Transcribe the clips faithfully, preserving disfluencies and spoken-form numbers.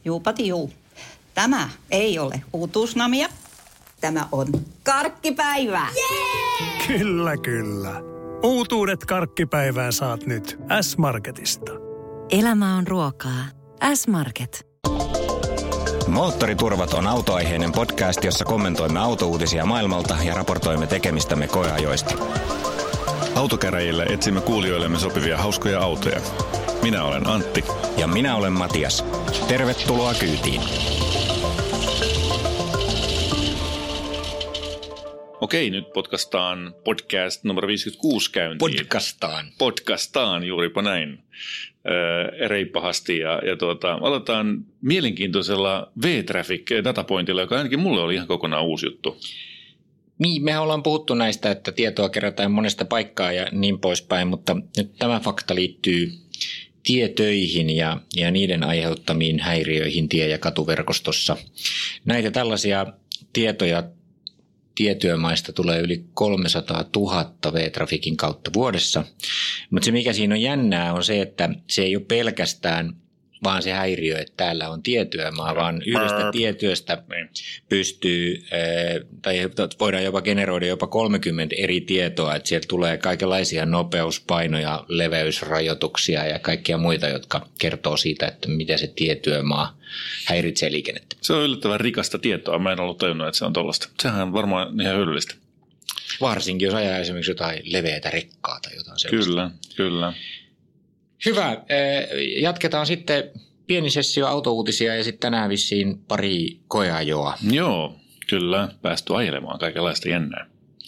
Juupati juu. Tämä ei ole uutuusnamia. Tämä on karkkipäivää. Yeah! Kyllä, kyllä. Uutuudet karkkipäivään saat nyt S-Marketista. Elämä on ruokaa. S-Market. Moottoriturvat on autoaiheinen podcast, jossa kommentoimme autouutisia maailmalta ja raportoimme tekemistämme koeajoista. Autokäräjillä etsimme kuulijoillemme sopivia hauskoja autoja. Minä olen Antti. Ja minä olen Matias. Tervetuloa kyytiin. Okei, nyt podcastaan podcast numero viisikymmentäkuusi käyntiin. Podcastaan. Podcastaan, juuripa näin. Öö, reippahasti ja, ja tuota, aloitetaan mielenkiintoisella V-Traffic-datapointilla, joka ainakin mulle oli ihan kokonaan uusi juttu. Niin, mehän ollaan puhuttu näistä, että tietoa kerätään monesta paikkaa ja niin poispäin, mutta nyt tämä fakta liittyy tietöihin ja, ja niiden aiheuttamiin häiriöihin tie- ja katuverkostossa. Näitä tällaisia tietoja tietyömaista tulee yli kolmesataatuhatta V-Trafficin kautta vuodessa, mutta se mikä siinä on jännää on se, että se ei ole pelkästään vaan se häiriö, että täällä on tietyömaa, vaan yhdestä tietyöstä pystyy, tai voidaan jopa generoida jopa kolmekymmentä eri tietoa, että sieltä tulee kaikenlaisia nopeus-, paino- ja leveysrajoituksia ja kaikkia muita, jotka kertoo siitä, että miten se tietyömaa häiritsee liikennettä. Se on yllättävän rikasta tietoa. Mä en ollut tajunnut, että se on tollaista. Sehän on varmaan ihan hyödyllistä. Varsinkin, jos ajaa esimerkiksi jotain leveätä rekkaa tai jotain sellaista. Kyllä, kyllä. Hyvä. Jatketaan sitten pieni sessio autouutisia ja sitten tänään vissiin pari koeajoa. Joo, kyllä. Päästy ajelemaan kaikenlaista jännää.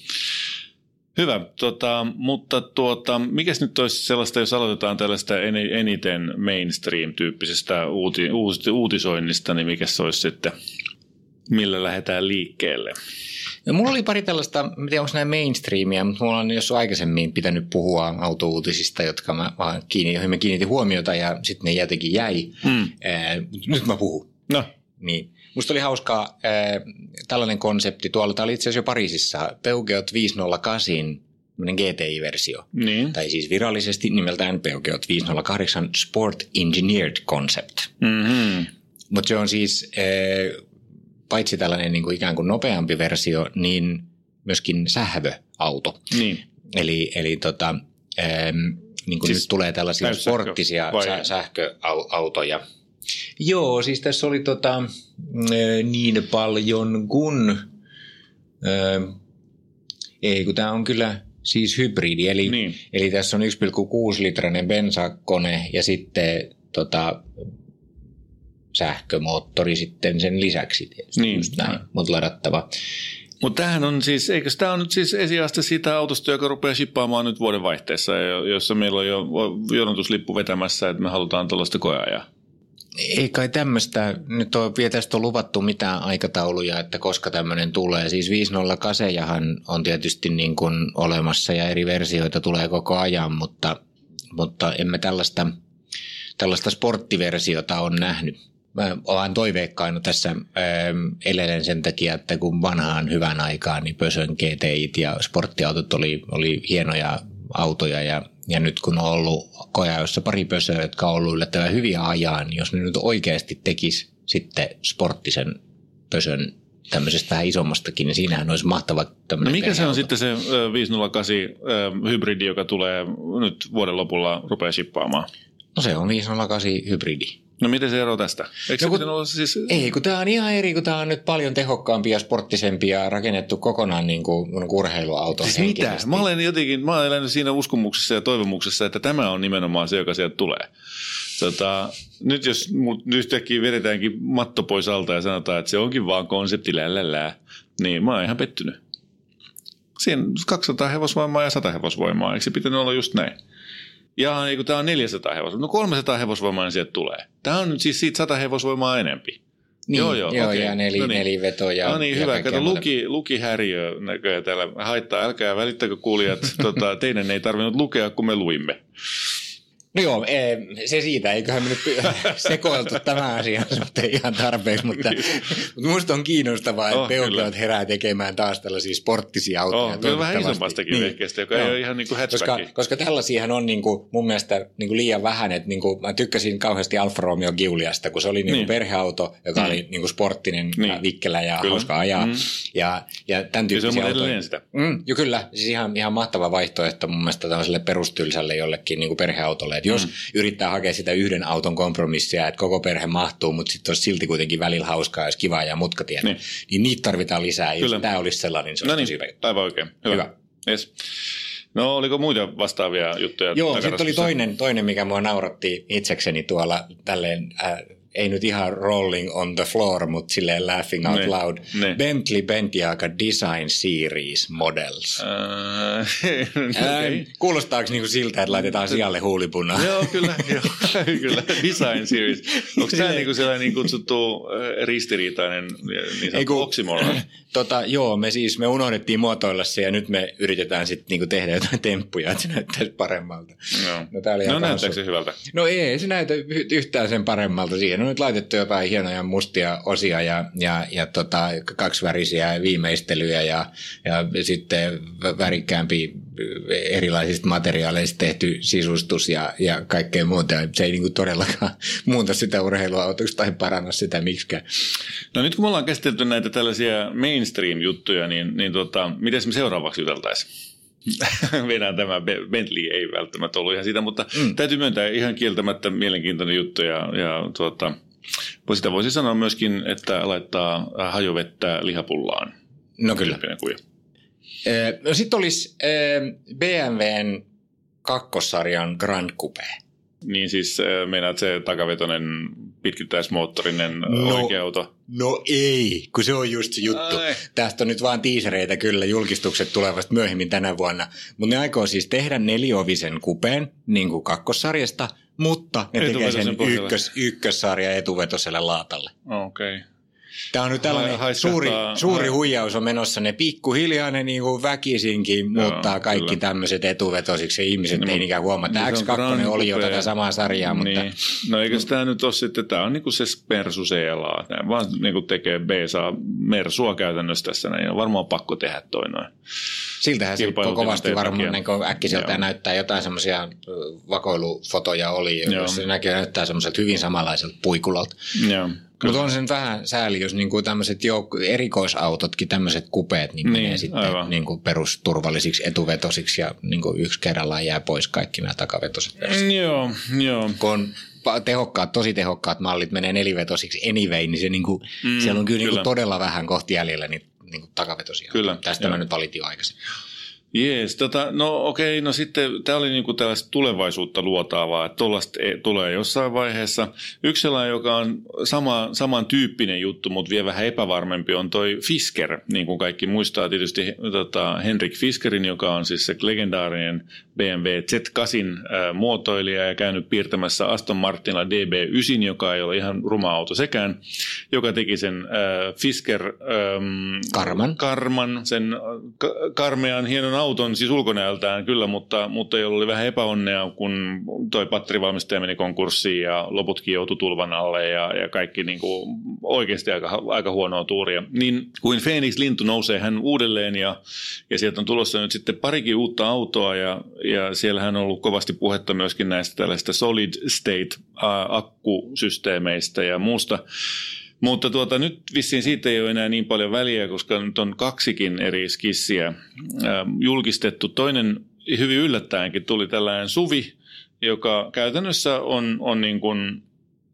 Hyvä, tota, mutta tuota, mikäs nyt olisi sellaista, jos aloitetaan tällaista eniten mainstream-tyyppisestä uuti, uutisoinnista, niin mikä se olisi sitten, millä lähdetään liikkeelle? No, mulla oli pari tällaista, en tiedä onko nämä mainstreamia, mutta mulla on jossain aikaisemmin pitänyt puhua autouutisista, jotka mä vaan kiinni, joihin mä kiinnitin huomiota ja sitten ne jotenkin jäi. Mm. Ää, nyt mä puhun. No. Niin. Musta oli hauskaa ää, tällainen konsepti. Tuolla tämä oli itse asiassa jo Pariisissa. Peugeot viisisataakahdeksan G T I-versio. Niin. Tai siis virallisesti nimeltään Peugeot viisisataakahdeksan Sport Engineered Concept. Mm-hmm. Mutta se on siis Ää, paitsi tällainen niin kuin ikään kuin nopeampi versio, niin myöskin sähköauto. Niin. Eli, eli tota, ähm, niin kuin siis nyt tulee tällaisia sporttisia sä, sähköautoja. Joo, siis tässä oli tota, äh, niin paljon kuin, äh, ei kun tämä on kyllä siis hybridi, eli, niin. eli tässä on yksi pilkku kuusi litrainen bensakone ja sitten tota, sähkömoottori sitten sen lisäksi tietysti, niin. Just näin, mutta ladattava. Mutta tämähän on siis, eikö tämä on nyt siis esiaste siitä autosta, joka rupeaa shippaamaan nyt vuoden vaihteessa, jossa meillä on jo jonotuslippu vetämässä, että me halutaan tuollaista koeajaa? Ei kai tämmöistä, nyt on vielä tästä on luvattu mitään aikatauluja, että koska tämmöinen tulee. Siis viisisataakahdeksan on tietysti niin kuin olemassa ja eri versioita tulee koko ajan, mutta, mutta emme tällaista, tällaista sporttiversiota ole nähnyt. Mä olen toiveikkainut tässä ähm, elelen sen takia, että kun vanhaan hyvän aikaan, niin Pösön G T I:t ja sporttiautot oli, oli hienoja autoja ja, ja nyt kun on ollut koeajoissa pari Pösöä, jotka on ollut yllättävän hyviä ajaa, niin jos ne nyt oikeasti tekisi sitten sporttisen Pösön tämmöisestä vähän isommastakin, niin siinähän olisi mahtava tämmöinen. No mikä se on sitten se viisisataakahdeksan äh, hybridi, joka tulee nyt vuoden lopulla rupeaa shippaamaan? No se on viisisataakahdeksan hybridi. No miten se ero tästä? Eikö no, kun, se olla siis... Ei, kun tämä on ihan eri, kun tämä on nyt paljon tehokkaampi ja sporttisempi ja rakennettu kokonaan niin kuin urheiluauton siis mitä? Mä olen jotenkin, mä olen elänyt siinä uskomuksessa ja toivomuksessa, että tämä on nimenomaan se, joka sieltä tulee. Tota, nyt jos yhtäkkiä vedetäänkin matto pois alta ja sanotaan, että se onkin vaan konsepti lällälää, niin mä oon ihan pettynyt. Siinä kaksisataa hevosvoimaa ja sata hevosvoimaa, eikö se pitänyt olla just näin? Ja niin kun tämä on neljäsataa hevosvoimaa, no kolmesataa hevosvoimaa sieltä tulee. Tämä on nyt siis siitä sata hevosvoimaa enempi. Niin, joo, joo, joo okay. Ja neli, no niin. neliveto ja no niin, ja hyvä. Kato, luki, luki häiriö näköjään täällä haittaa. Älkää välittäkö kuulijat, tota, teidän ei tarvinnut lukea, kun me luimme. No joo, se siitä, eiköhän me nyt sekoiltu tämä asia suhteen ihan tarpeeksi, mutta, mutta musta on kiinnostavaa, että oh, Peugeot herää tekemään taas tällaisia sporttisia autoja. Oh, kyllä vähän isommastakin niin. vehkeestä, joka no. ei ole ihan niin kuin hatchbacki. Koska, koska tällaisiahan on niin kuin, mun mielestä niin kuin liian vähän, että niin kuin, mä tykkäsin kauheasti Alfa Romeo Giuliasta, kun se oli niin kuin niin. perheauto, joka mm. oli niin kuin sporttinen, niin. vikkelä ja kyllä. hauska ajaa. Mm. Ja, ja tämän tyyppisiä autoja. Sitä. Mm, jo kyllä, siis ihan, ihan mahtava vaihtoehto mun mielestä tällaiselle perustylsälle jollekin niin kuin perheautolle. Että jos mm. yrittää hakea sitä yhden auton kompromissia, että koko perhe mahtuu, mutta sitten olisi silti kuitenkin välillä hauskaa, jos kivaa ja mutkatietä, niin. niin niitä tarvitaan lisää. Jos tämä olisi sellainen, niin se olisi no tosi niin, aivan oikein. Hyvä. Hyvä. Yes. No oliko muita vastaavia juttuja? Joo, sitten oli toinen, toinen, mikä mua nauratti itsekseni tuolla tälleen... Äh, ei nyt ihan rolling on the floor, mutta silleen laughing out ne, loud. Ne. Bentley Bentiaga Design Series Models. Uh, okay. äh, kuulostaako niinku siltä, että laitetaan sijalle huulipunaa? Joo, kyllä. Jo, kyllä. Design Series. Onko tämä niinku sellainen niin kutsuttu ristiriitainen niin sanottu oksimoron? Tota, joo, me siis me unohdettiin muotoilla se ja nyt me yritetään sitten niinku tehdä jotain temppuja, että se näyttäisi paremmalta. No, no, tää oli no näyttääkö se hyvältä? No ei se näytä yhtään sen paremmalta. Siihen on nyt laitettu jotain hienoja mustia osia ja, ja, ja tota, kaksivärisiä viimeistelyjä ja, ja sitten värikkäämpi erilaisista materiaaleista tehty sisustus ja, ja kaikkea muuta. Se ei niinku todellakaan muuta sitä urheiluautoksi tai paranna sitä miksikään. No nyt kun me ollaan käsitelty näitä tällaisia mainstream-juttuja, niin, niin tota, miten me seuraavaksi juteltaisiin? Vedään tämä Bentley, ei välttämättä ollut ihan sitä, mutta mm. täytyy myöntää ihan kieltämättä mielenkiintoinen juttu ja, ja tuota, sitä voisi sanoa myöskin, että laittaa hajovettä lihapullaan. No kyllä. No sitten olisi B M W:n kakkosarjan Grand Coupe. Niin siis meinaat se takavetoinen pitkittäismoottorinen no, oikea auto? No ei, kun se on just se juttu. Ai. Tästä on nyt vaan tiisereitä kyllä, julkistukset tulevat myöhemmin tänä vuonna. Mutta ne aikoo siis tehdä neliovisen kupeen, niin kuin kakkossarjasta, mutta ne tekee sen ykkös, ykkössarja etuvetoselle laatalle. Okei. Okay. Tämä on nyt tällainen ha, suuri, suuri huijaus on menossa. Ne pikkuhiljaa ne niin kuin väkisinkin muuttaa kaikki kyllä. tämmöiset etuvetosiksi. Ja ihmiset no, ei niinkään huomaa, että X kaksi oli jo tätä samaa sarjaa. Mutta... Niin. No eikö tämä nyt ole sitten, tämä on niin kuin se Mersu C L A. Tämä vaan niin kuin tekee B S A Mersua käytännössä tässä. Näin on varmaan pakko tehdä toi noin. Siltähän se kovasti varmaan niin äkkiseltään näyttää jotain semmoisia vakoilufotoja oli, jos se näkee näyttää semmoiselta hyvin samanlaiselta puikulalta. Joo. Mutta on sen vähän sääli, jos niinku tämmöiset jouk- erikoisautotkin, tämmöiset kupeet, niin, niin menee sitten niinku perusturvallisiksi etuvetosiksi ja niinku yksi kerrallaan jää pois kaikki nämä takavetoset. Mm, joo, joo. Kun on tehokkaat, tosi tehokkaat mallit menee nelivetosiksi anyway, niin se niinku, mm, siellä on kyllä, kyllä. Niinku todella vähän kohti jäljellä niin, niinku takavetosia. Kyllä. Tästä joo. mä nyt valitin jo aikaisin. Jees, tota, no okei, no sitten tämä oli niinku tällaista tulevaisuutta luotaavaa, että tuollaista tulee jossain vaiheessa. Yksi sellainen, joka on sama, samantyyppinen juttu, mutta vielä vähän epävarmempi, on toi Fisker, niin kuin kaikki muistaa tietysti tota, Henrik Fiskerin, joka on siis se legendaarinen B M W Z kahdeksan äh, muotoilija ja käynyt piirtämässä Aston Martinilla D B yhdeksän, joka ei ole ihan ruma auto sekään, joka teki sen äh, Fisker ähm, Karman. Karman, sen ka- karmean hienon auton, siis ulkonäöltään kyllä, mutta, mutta jolla oli vähän epäonnea, kun toi patterivalmistaja meni konkurssiin ja loputkin joutui tulvan alle ja, ja kaikki niin kuin oikeasti aika, aika huonoa tuuria. Niin kuin Phoenix lintu nousee hän uudelleen ja, ja sieltä on tulossa nyt sitten parikin uutta autoa ja, ja siellähän on ollut kovasti puhetta myöskin näistä tällaista solid state akkusysteemeistä ja muusta. Mutta tuota, nyt vissiin siitä ei ole enää niin paljon väliä, koska nyt on kaksikin eri skissiä äh, julkistettu. Toinen hyvin yllättäenkin tuli tällainen S U V, joka käytännössä on, on niin kuin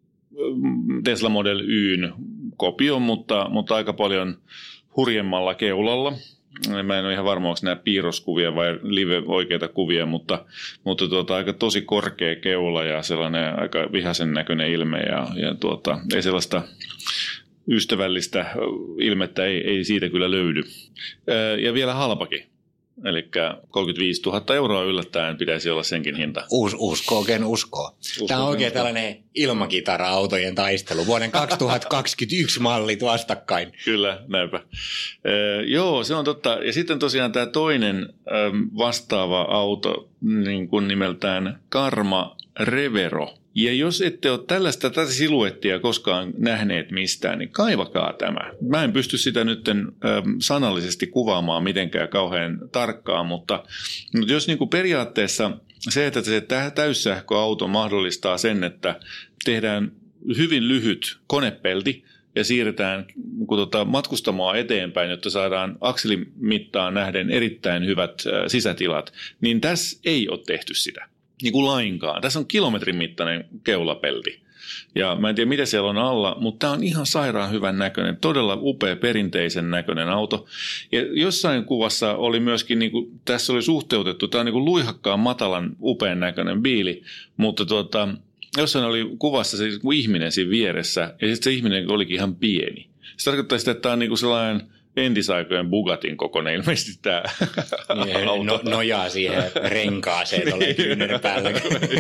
Tesla Model Yn kopio, mutta, mutta aika paljon hurjemmalla keulalla. Mä en ole ihan varma, onko nämä piirroskuvia vai live-oikeita kuvia, mutta, mutta tuota, aika tosi korkea keula ja sellainen aika vihaisen näköinen ilme ja, ja tuota, ei sellaista ystävällistä ilmettä ei, ei siitä kyllä löydy. Ja vielä halpakin. Eli kolmekymmentäviisituhatta euroa yllättäen pitäisi olla senkin hinta. Us, usko oikein uskoo. Usko Tämä on oikein usko. Tällainen ilmakitara-autojen taistelu. Vuoden kaksituhattakaksikymmentäyksi mallit vastakkain. Kyllä, näinpä. E, joo, se on totta. Ja sitten tosiaan tämä toinen e, vastaava auto niin kuin nimeltään Karma Revero. Ja jos ette ole tällaista tätä siluettia koskaan nähneet mistään, niin kaivakaa tämä. Mä en pysty sitä nyt äh, sanallisesti kuvaamaan mitenkään kauhean tarkkaan, mutta, mutta jos niin kuin periaatteessa se, että se täyssähköauto mahdollistaa sen, että tehdään hyvin lyhyt konepelti ja siirretään kun tota, matkustamoa eteenpäin, jotta saadaan akselin mittaan nähden erittäin hyvät äh, sisätilat, niin tässä ei ole tehty sitä. Niin kuin lainkaan. Tässä on kilometrin mittainen keulapelti. Ja mä en tiedä, mitä siellä on alla, mutta tämä on ihan sairaan hyvän näköinen, todella upea perinteisen näköinen auto. Ja jossain kuvassa oli myöskin, niin kuin, tässä oli suhteutettu, tämä on niin kuin luihakkaan matalan upean näköinen biili, mutta tuota, jossain oli kuvassa se ihminen siinä vieressä, ja sitten se ihminen olikin ihan pieni. Se tarkoittaa sitä, että tämä on niin kuin sellainen entisaikojen Bugatin kokoinen ilmeisesti tämä auto. No, nojaa siihen renkaaseen tuolle kyynärän päällä.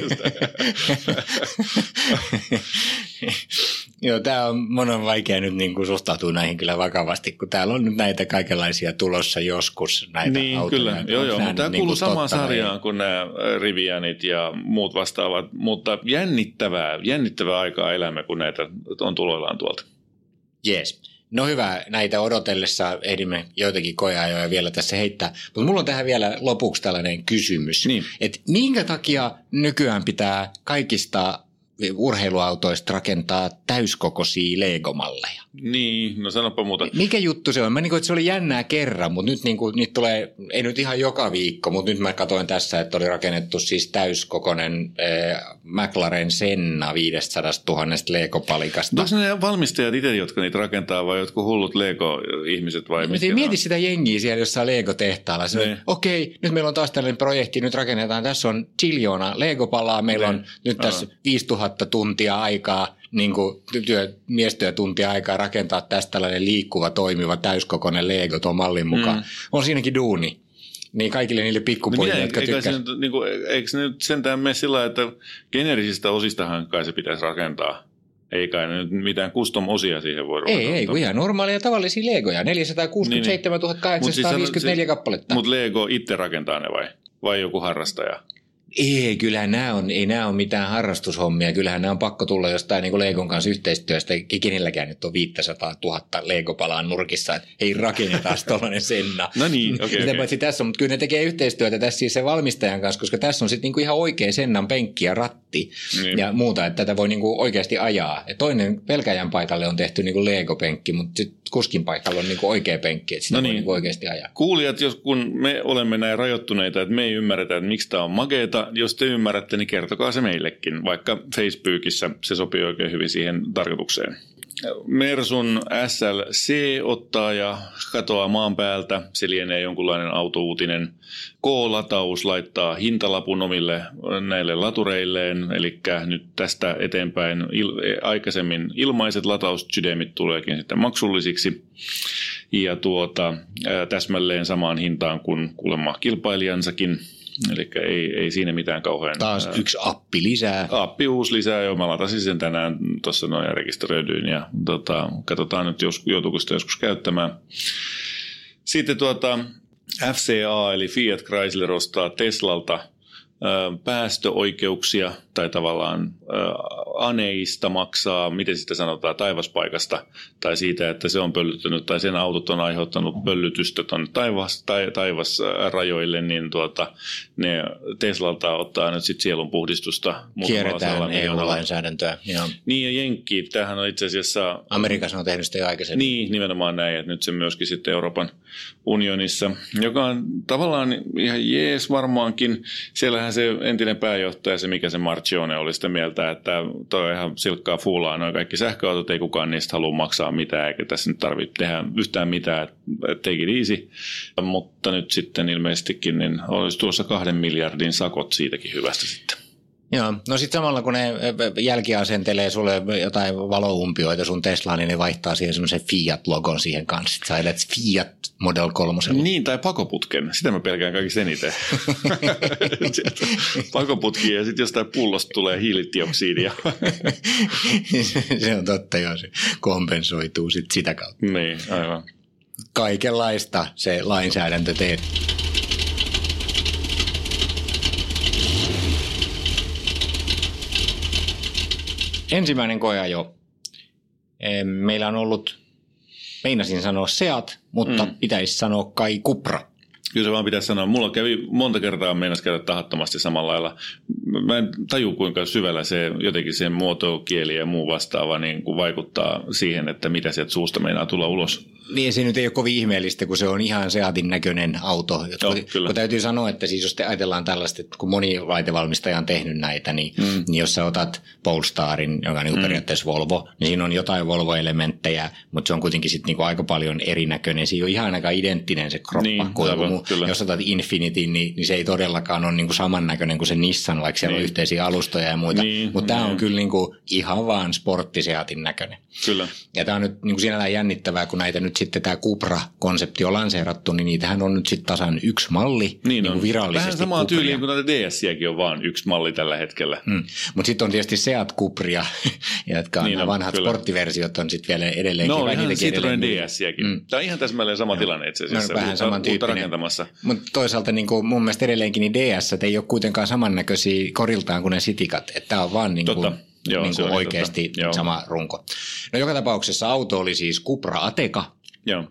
Joo, tämä on, mun on vaikea nyt niin kuin suhtautua näihin kyllä vakavasti, kun täällä on nyt näitä kaikenlaisia tulossa joskus näitä niin, autoja. Kyllä, joo, joo, mutta tämä niin kuuluu samaan totta, sarjaan ei. kuin nämä Rivianit ja muut vastaavat, mutta jännittävää, jännittävää aikaa elämme, kun näitä on tuloillaan tuolta. Jees. No hyvä, näitä odotellessa ehdimme joitakin koeajoja vielä tässä heittää, mutta mulla on tähän vielä lopuksi tällainen kysymys, niin. että minkä takia nykyään pitää kaikista urheiluautoista rakentaa täyskokoisia Lego-malleja? Niin, no sanoppa muuta. Mikä juttu se on? Mä niin kuin, että se oli jännää kerran, mutta nyt, niin kuin, nyt tulee, ei nyt ihan joka viikko, mutta nyt mä katsoin tässä, että oli rakennettu siis täyskokoinen äh, McLaren Senna viisisataatuhatta Lego-palikasta. Onko ne valmistajat itse, jotka niitä rakentaa vai jotkut hullut Lego-ihmiset vai mitkä? Mieti sitä jengiä siellä jossain Lego-tehtaalla. Niin. Okei, okay, nyt meillä on taas tällainen projekti, nyt rakennetaan, tässä on chiljoona Lego-palaa, meillä on niin. nyt tässä Aha. viisituhatta tuntia aikaa, niin kuin työ, miestyötuntia aikaa rakentaa tästä tällainen liikkuva, toimiva, täyskokoinen Lego tuon mallin mukaan. Mm. On siinäkin duuni. Niin kaikille niille pikkupojille, no jotka tykkää. Niin eikö se nyt sentään mene sillä, että generisistä osistahan kai se pitäisi rakentaa? Ei kai nyt mitään custom-osia siihen voi ruveta. Ei, ei, kun ihan normaaleja tavallisia Legoja. neljäsataakuusikymmentäseitsemäntuhatta kahdeksansataaviisikymmentäneljä Mut siis kappaletta. Mutta Lego itse rakentaa ne vai? Vai joku harrastaja? Ei, kyllähän nämä on, ei nämä ole mitään harrastushommia. Kyllähän nämä on pakko tulla jostain niin kuin Legon kanssa yhteistyöstä. Kenelläkään nyt on viisisataatuhatta Lego-palaa nurkissa, että ei rakennetaan tuollainen Senna. No niin, okei. Okay, okay. tässä on, mutta kyllä ne tekee yhteistyötä tässä siis sen valmistajan kanssa, koska tässä on sitten niin kuin ihan oikea Sennan penkki ja ratti niin. ja muuta, että tätä voi niin kuin oikeasti ajaa. Ja toinen pelkäjän paikalle on tehty niin kuin Lego-penkki, mutta sitten kuskin paikalla on niin kuin oikea penkki, että sitä no niin. voi niin kuin oikeasti ajaa. Kuulijat, jos kun me olemme näin rajoittuneita, että me ei ymmärretä, että miksi tämä on makeeta, jos te ymmärrätte, niin kertokaa se meillekin, vaikka Facebookissa se sopii oikein hyvin siihen tarkoitukseen. Mersun S L C ottaa ja katoaa maan päältä. Se lienee jonkunlainen autouutinen. K-lataus laittaa hintalapun omille näille latureilleen, eli nyt tästä eteenpäin il- aikaisemmin ilmaiset lataussydämit tuleekin sitten maksullisiksi. Ja tuota, ää, täsmälleen samaan hintaan kuin kuulemma kilpailijansakin. Eli ei, ei siinä mitään kauhean... Taas ää, yksi appi lisää. Appi uusi lisää, joo. Mä latasin sen tänään tuossa noin ja rekisteröidyin ja tota, katsotaan nyt, jos, joutuuko sitä joskus käyttämään. Sitten tuota, F C A eli Fiat Chrysler ostaa Teslalta ää, päästöoikeuksia tai tavallaan ää, aneista maksaa, miten sitä sanotaan, taivaspaikasta tai siitä, että se on pöllyttänyt tai sen autot on aiheuttanut pöllytystä tuonne taivas, tai, taivasrajoille, niin tuota, ne Teslalta ottaa nyt sitten sielunpuhdistusta. Kierretään E U-lainsäädäntöä. Joo. Niin ja Jenkki, tämähän on itse asiassa... Amerikassa on tehnyt sitä jo aikaisemmin. Niin, nimenomaan näin, että nyt se myöskin sitten Euroopan unionissa, joka on tavallaan ihan jees varmaankin. Siellähän se entinen pääjohtaja, se mikä se Marchione oli sitä mieltä, että toi on ihan silkkaa fuulaa, noin kaikki sähköautot, ei kukaan niistä halua maksaa mitään, eikä tässä nyt tarvitse tehdä yhtään mitään, take it easy. Mutta nyt sitten ilmeisestikin niin olisi tuossa kahden miljardin sakot siitäkin hyvästä sitten. Joo, no sitten samalla kun ne jälkiasentelee sulle jotain valoumpioita sun Teslaan, niin ne vaihtaa siihen semmoisen Fiat-logon siihen kanssa. Sitten sä edät Fiat Model kolme. Niin, tai pakoputken. Sitä mä pelkään kaikista eniten. Pakoputki ja sitten jostain pullosta tulee hiilidioksidia. Se on totta, joo. Se kompensoituu sit sitä kautta. Niin, aivan. Kaikenlaista se lainsäädäntö teet. ensimmäinen koeajo. Meillä on ollut, meinasin sanoa Seat, mutta mm. pitäisi sanoa kai Cupra. Kyllä se vaan pitäisi sanoa. Mulla kävi monta kertaa meinas käydä tahattomasti samalla lailla. Mä en taju, kuinka syvällä se jotenkin se muotokieli ja muu vastaava niin kuin vaikuttaa siihen, että mitä sieltä suusta meinaa tulla ulos. Niin, se nyt ei ole kovin ihmeellistä, kun se on ihan Seatin näköinen auto. Joo, kun, kun täytyy sanoa, että siis jos te ajatellaan tällaista, että kun moni laitevalmistaja on tehnyt näitä, niin, mm. niin jos sä otat Polestarin, joka on niin mm. periaatteessa Volvo, niin siinä on jotain Volvo-elementtejä, mutta se on kuitenkin sitten niin aika paljon erinäköinen. Siinä on ihan aika identtinen se kroppa. Niin, aivan, jos otat Infinity, niin, niin se ei todellakaan ole niin kuin samannäköinen kuin se Nissan, vaikka siellä niin. on yhteisiä alustoja ja muita. Niin, mutta tämä on kyllä niin kuin ihan vaan sportti-Seatin näköinen. Kyllä. Ja tämä on nyt niin kuin sinällään jännittävää, kun näitä nyt sitten tämä Cupra-konsepti on lanseerattu, niin niitähän on nyt sitten tasan yksi malli niin niin kuin virallisesti. Vähän samaa tyyliin kuin näitä D S-iäkin on vaan yksi malli tällä hetkellä. Hmm. Mutta sitten on tietysti Seat Cupria, jotka on niin nämä vanhat kyllä. sporttiversiot on sitten vielä edelleenkin. No ihan Citroen D S-iäkin. Hmm. Tämä on ihan täsmälleen sama no. tilanne itse asiassa. No, vähän samantyyppinen. Mutta toisaalta niin kuin mun mielestä edelleenkin niin D S ei ole kuitenkaan samannäköisiä koriltaan kuin ne Citicat. Tämä on vaan niin kuin Joo, niin kuin oikeasti totta. sama runko. No joka tapauksessa auto oli siis Cupra Ateca. Joo.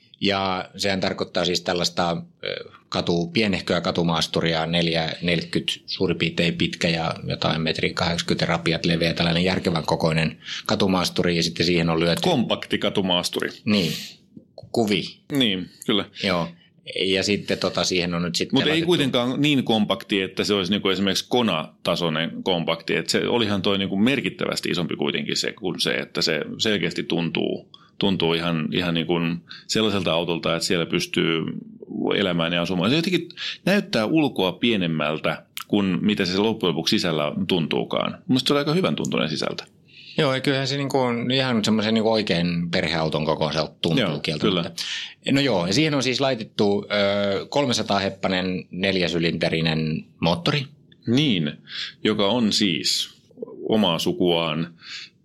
Ja sehän tarkoittaa siis tällaista katu, pienehköä katumaasturia, neljä neljäkymmentä suurin piirtein pitkä ja jotain metri kahdeksankymmentä rapiat leveä, tällainen järkevän kokoinen katumaasturi ja sitten siihen on lyöty. Kompakti katumaasturi. Niin, kuvi. Niin, kyllä. Joo. Ja sitten tota, siihen on nyt sitten... Mutta ei kuitenkaan niin kompakti, että se olisi niinku esimerkiksi Kona-tasoinen kompakti. Että se olihan toi niinku merkittävästi isompi kuitenkin se, kuin se, että se selkeästi tuntuu, tuntuu ihan, ihan niinku sellaiselta autolta, että siellä pystyy elämään ja asumaan. Se jotenkin näyttää ulkoa pienemmältä kuin mitä se loppujen lopuksi sisällä tuntuukaan. Mielestäni se on aika hyvän tuntuinen sisältä. Joo, kyllähän se niinku on ihan semmoisen niinku oikein perheauton kokoiselta tuntuu kieltämättä. No joo, ja siihen on siis laitettu ö, kolmesataa heppanen neljäsylinterinen moottori. Niin, joka on siis omaa sukuaan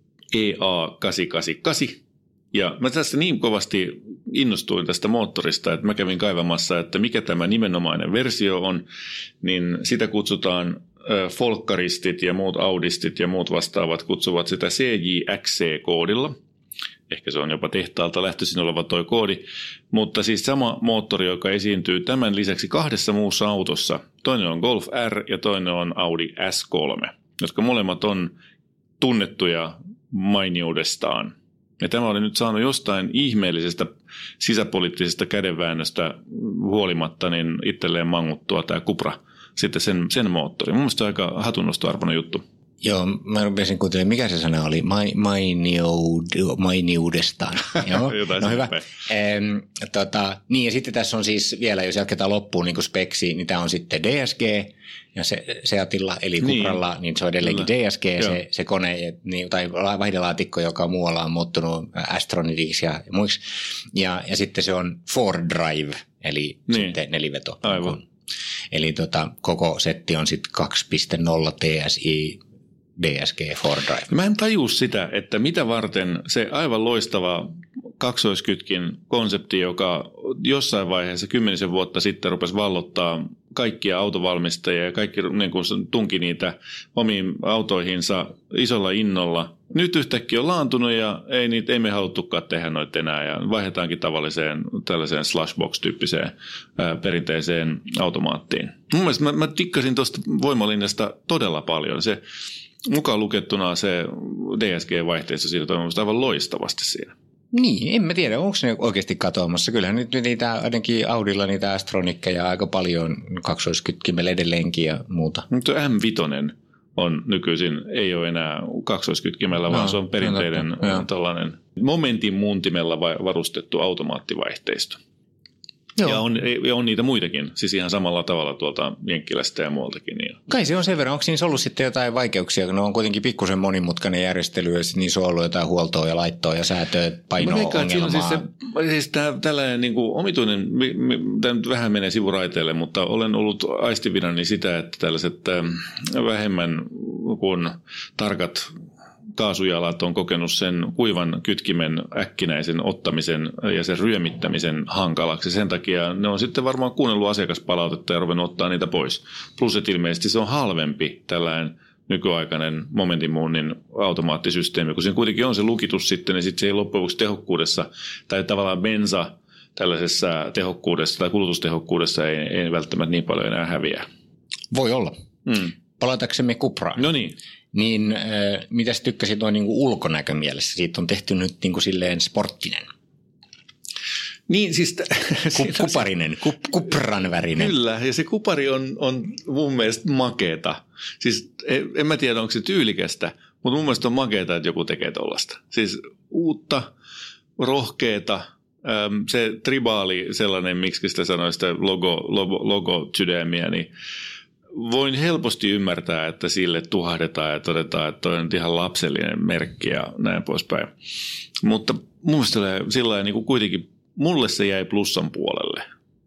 E A kahdeksan kahdeksankymmentäkahdeksan. Ja mä tästä niin kovasti innostuin tästä moottorista, että mä kävin kaivamassa, että mikä tämä nimenomainen versio on, niin sitä kutsutaan folkkaristit ja muut audistit ja muut vastaavat kutsuvat sitä C J X C-koodilla. Ehkä se on jopa tehtaalta lähtöisin oleva toi koodi. Mutta siis sama moottori, joka esiintyy tämän lisäksi kahdessa muussa autossa. Toinen on Golf R ja toinen on Audi S kolme, jotka molemmat on tunnettuja mainiudestaan. Ja tämä oli nyt saanut jostain ihmeellisestä sisäpoliittisesta kädenväännöstä huolimatta niin itselleen manguttua tämä Cupra. Sitten sen, sen moottori. Mun mielestä on aika hatunnostoarvoinen juttu. Joo, mä rupesin kuuntelemaan, mikä se sana oli? Mainiud, mainiudestaan. Joo, no hyvä. Ehm, tota, niin ja sitten tässä on siis vielä, jos jatketaan loppuun niin kuin speksi, niin tämä on sitten D S G ja se, Seatilla eli Cupralla, niin, niin se on edelleenkin D S G se, se kone niin, tai vaihdelaatikko, joka muualla on muuttunut Astronitiksi ja muiksi. Ja, ja sitten se on Ford Drive, eli niin. sitten neliveto. Aivan. Eli tota, koko setti on sitten kaksi piste nolla T S I D S G Ford Drive. Mä en tajua sitä, että mitä varten se aivan loistava kaksoiskytkin konsepti, joka jossain vaiheessa kymmenisen vuotta sitten rupesi vallottaa kaikkia autovalmistajia ja kaikki niin kuin tunki niitä omiin autoihinsa isolla innolla. Nyt yhtäkkiä on laantunut ja ei, niitä, ei me haluttukaan tehdä noita enää ja vaihdetaankin tavalliseen tällaiseen slashbox-tyyppiseen ää, perinteiseen automaattiin. Mun mielestä mä, mä tikkasin tuosta voimalinjasta todella paljon. Se mukaan lukettuna se D S G-vaihteessa siinä toimimasta aivan loistavasti siinä. Niin, en mä tiedä, onko ne oikeasti katoamassa. Kyllähän nyt niitä, ainakin Audilla niitä Astronikkeja aika paljon kaksoiskytkimellä edelleenkin ja muuta. Mutta M viisi on nykyisin, ei ole enää kaksoiskytkimellä, no, vaan se on perinteinen tällainen momentin muuntimella varustettu automaattivaihteisto. Joo. Ja on, ja on niitä muitakin, siis ihan samalla tavalla tuolta Jenkkilästä ja muualtakin. Niin. Kai se on sen verran. Onko siinä ollut sitten jotain vaikeuksia, kun ne on kuitenkin pikkusen monimutkainen järjestely ja niin se on ollut jotain huoltoa ja laittoa ja säätöä, paino-ongelmaa? Siis, se, siis tämä, tällainen niin kuin omituinen, tämä nyt vähän menee sivuraiteelle, mutta olen ollut aistivinani sitä, että tällaiset äh, vähemmän kuin tarkat kaasujalat on kokenut sen kuivan kytkimen äkkinäisen ottamisen ja sen ryömittämisen hankalaksi. Sen takia ne on sitten varmaan kuunnellut asiakaspalautetta ja ruvennut ottaa niitä pois. Plus, että ilmeisesti se on halvempi tällainen nykyaikainen momentinmuunnin automaattisysteemi, kun siinä kuitenkin on se lukitus sitten, niin sitten se ei loppujen lopuksi tehokkuudessa, tai tavallaan bensa tällaisessa tehokkuudessa tai kulutustehokkuudessa ei, ei välttämättä niin paljon enää häviä. Voi olla. Mm. Palataksemme Cupraan. No niin. Niin äh, mitä sä tykkäsit noin niin kuin ulkonäkömielessä? Siitä on tehty nyt niin kuin silleen sporttinen. Niin, siis... T- Ku- kuparinen, ku- kupran värinen. Kyllä, ja se kupari on, on mun mielestä makeeta. Siis en, en mä tiedä, onko se tyylikästä, mutta mun mielestä on makeeta, että joku tekee tollaista. Siis uutta, rohkeeta, se tribaali sellainen, miksi sitä sanoi, sitä logo, logo, logo sydämiä, niin voin helposti ymmärtää, että sille tuhahdetaan ja todetaan, että toi on ihan lapsellinen merkki ja näin poispäin. Mutta mun mielestä sillä niin kuin kuitenkin mulle se jäi plussan puolelle.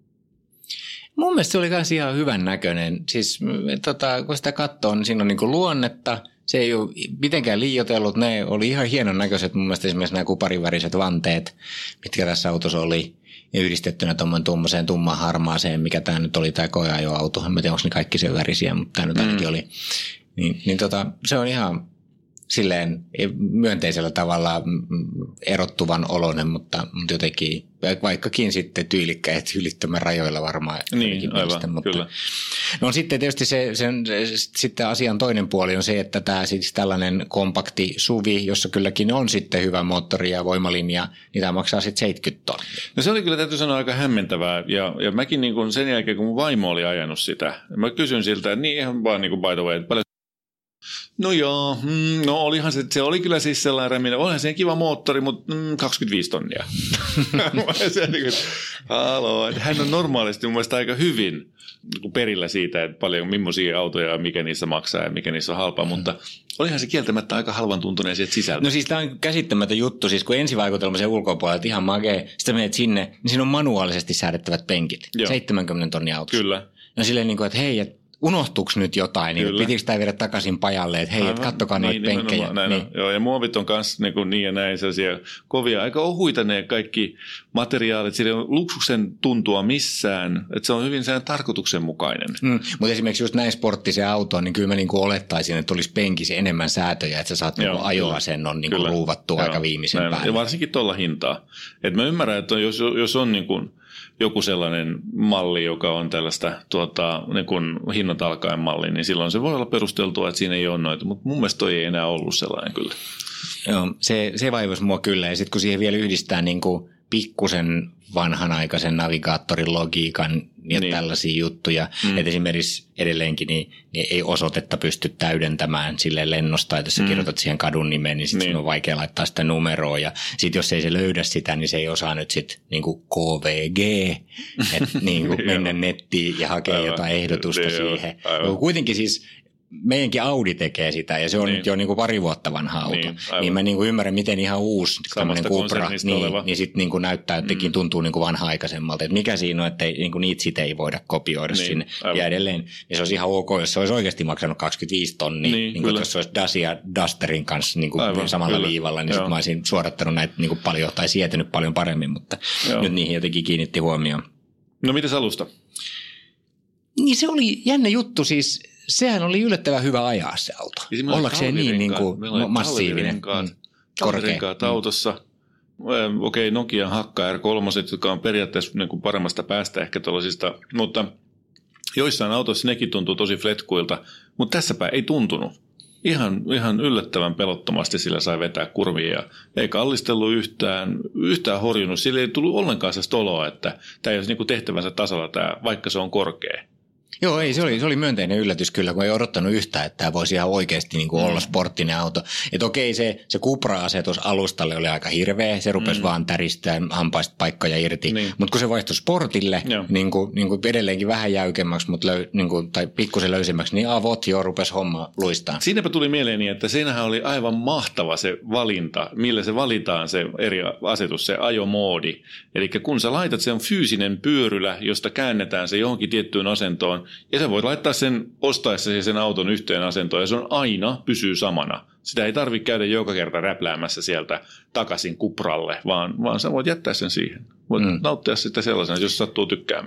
Mun mielestä se oli myös ihan hyvän näköinen. Siis tota, kun sitä katsoo, niin siinä on niin kuin luonnetta. Se ei ole mitenkään liioitellut. Ne oli ihan hienon näköiset. Mun mielestä esimerkiksi nämä kupariväriset vanteet, mitkä tässä autossa oli. Ja yhdistettynä tuommoiseen tumman harmaaseen, mikä tämä nyt oli, tämä koeajoauto. En tiedä, onko ne kaikki sen värisiä, mutta tämä nyt ainakin mm. oli. Niin, niin tota, se on ihan silleen myönteisellä tavalla erottuvan oloinen, mutta, mutta jotenkin vaikkakin sitten tyylikkäät ylittömän rajoilla varmaan. Niin, aivan, mielestä, mutta kyllä. No sitten tietysti se, sen, sitten asian toinen puoli on se, että tämä siis tällainen kompakti S U V, jossa kylläkin on sitten hyvä moottori ja voimalinja, niin tämä maksaa sitten seitsemänkymmentä tonnia. No se oli kyllä täytyy sanoa aika hämmentävää ja, ja mäkin niin kuin sen jälkeen, kun mun vaimo oli ajanut sitä, mä kysyin siltä, että niin ihan vaan niin kuin by the way, että paljon. No joo, mm, no olihan se, se oli kyllä siis sellainen räminä, olihan se kiva moottori, mutta mm, kaksikymmentäviisi tonnia. se, niin kuin, haloo, hän on normaalisti mun mielestä aika hyvin perillä siitä, että paljon millaisia autoja, mikä niissä maksaa ja mikä niissä on halpaa, mutta olihan se kieltämättä aika halvan tuntuneen sieltä sisältä. No siis tämä on käsittämätön juttu, siis kun ensivaikutelma sen ulkopuolelta ihan magee, sitten menet sinne, niin siinä on manuaalisesti säädettävät penkit, Joo. seitsemänkymmentä tonnia autossa. Kyllä. No silleen niin kuin, että hei, että unohtuuko nyt jotain, niin pitikö tämä viedä takaisin pajalle, että hei, et kattokaa niin, noita penkkejä. Näin niin. Joo, ja muovit on myös niin, niin ja näin sellaisia kovia, aika ohuita ne kaikki materiaalit, sillä ei ole luksuksen tuntua missään, että se on hyvin sen tarkoituksenmukainen. Mm, mutta esimerkiksi just näin sporttisen autoon, niin kyllä mä niin kuin olettaisin, että olisi penkissä enemmän säätöjä, että sä saat niin ajoasennon niin kuin ruuvattua aika viimeisen näin. päälle. Ja varsinkin tuolla hintaa. Et mä ymmärrän, että jos, jos on niin kuin joku sellainen malli, joka on tällaista tuota, niin kuin hinnat alkaen malli, niin silloin se voi olla perusteltua, että siinä ei ole noita, mutta mun mielestä toi ei enää ollut sellainen kyllä. Joo, se, se vaivoisi mua kyllä, ja sitten kun siihen vielä yhdistää niin kuin pikkusen vanhanaikaisen navigaattorin logiikan ja niin. tällaisia juttuja, mm. että esimerkiksi edelleenkin niin, niin ei osoitetta pysty täydentämään silleen lennosta, että jos sä mm. kirjoitat siihen kadun nimeen, niin sitten niin. on vaikea laittaa sitä numeroa, ja sitten jos ei se löydä sitä, niin se ei osaa nyt sitten niin kuin K V G, että niin kuin mennä nettiin ja hakea aivan. jotain ehdotusta niin siihen. No, kuitenkin siis meidänkin Audi tekee sitä, ja se on niin. nyt jo niin kuin pari vuotta vanha auto. Niin, niin mä niin kuin ymmärrän, miten ihan uusi tämmöinen Cupra niin, niin sitten niin kuin näyttää, että mm. tuntuu niin kuin vanha-aikaisemmalta. Että mikä siinä on, että ei, niin kuin niitä sitä ei voida kopioida niin, sinne. Aivan. Ja edelleen, niin se olisi ihan ok, jos se olisi oikeasti maksanut kaksikymmentäviisi tonnia. Niin, niin kuin jos se olisi Dacia Dusterin kanssa niin kuin aivan, samalla kyllä. viivalla, niin sitten mä olisin suodattanut näitä niin kuin paljon, tai sietänyt paljon paremmin, mutta Joo. nyt niihin jotenkin kiinnitti huomioon. No mites alusta? Niin se oli jännä juttu siis. Sehän oli yllättävän hyvä ajaa se auto. Ollakseen niin, niin kuin massiivinen. Talvirenkaat mm, autossa. Okei, okay, Nokian Hakka R kolme, jotka on periaatteessa niin kuin paremmasta päästä ehkä tuollaisista, mutta joissain autoissa nekin tuntuu tosi fletkuilta, mutta tässäpä ei tuntunut. Ihan, ihan yllättävän pelottomasti sillä sai vetää kurvia. Ei kallistellut yhtään, yhtään horjunut. Sillä ei tullut ollenkaan sellaista oloa, että tämä ei olisi niin kuin tehtävänsä tasalla, tämä, vaikka se on korkea. Joo, ei, se oli, se oli myönteinen yllätys kyllä, kun ei odottanut yhtään, että tämä voisi ihan oikeasti niin kuin mm. olla sporttinen auto. Että okei, se, se Cupra-asetus alustalle oli aika hirveä, se rupesi mm. vaan täristämään hampaista paikkoja irti. Niin. Mutta kun se vaihtui sportille, niin kuin, niin kuin edelleenkin vähän jäykemmäksi, mutta löy, niin kuin, tai pikkusen löysemmäksi, niin avot jo rupesi homma luistaan. Siinäpä tuli mieleeni, että siinähän oli aivan mahtava se valinta, millä se valitaan se eri asetus, se ajomoodi. Eli kun sä laitat, se on fyysinen pyörylä, josta käännetään se johonkin tiettyyn asentoon, ja sä voit laittaa sen ostaessasi sen auton yhteen asentoon, ja se on aina pysyy samana. Sitä ei tarvitse käydä joka kerta räpläämässä sieltä takaisin Cupralle, vaan, vaan sä voit jättää sen siihen. Voit mm. nauttia sitä sellaisena, jos sattuu tykkäämään.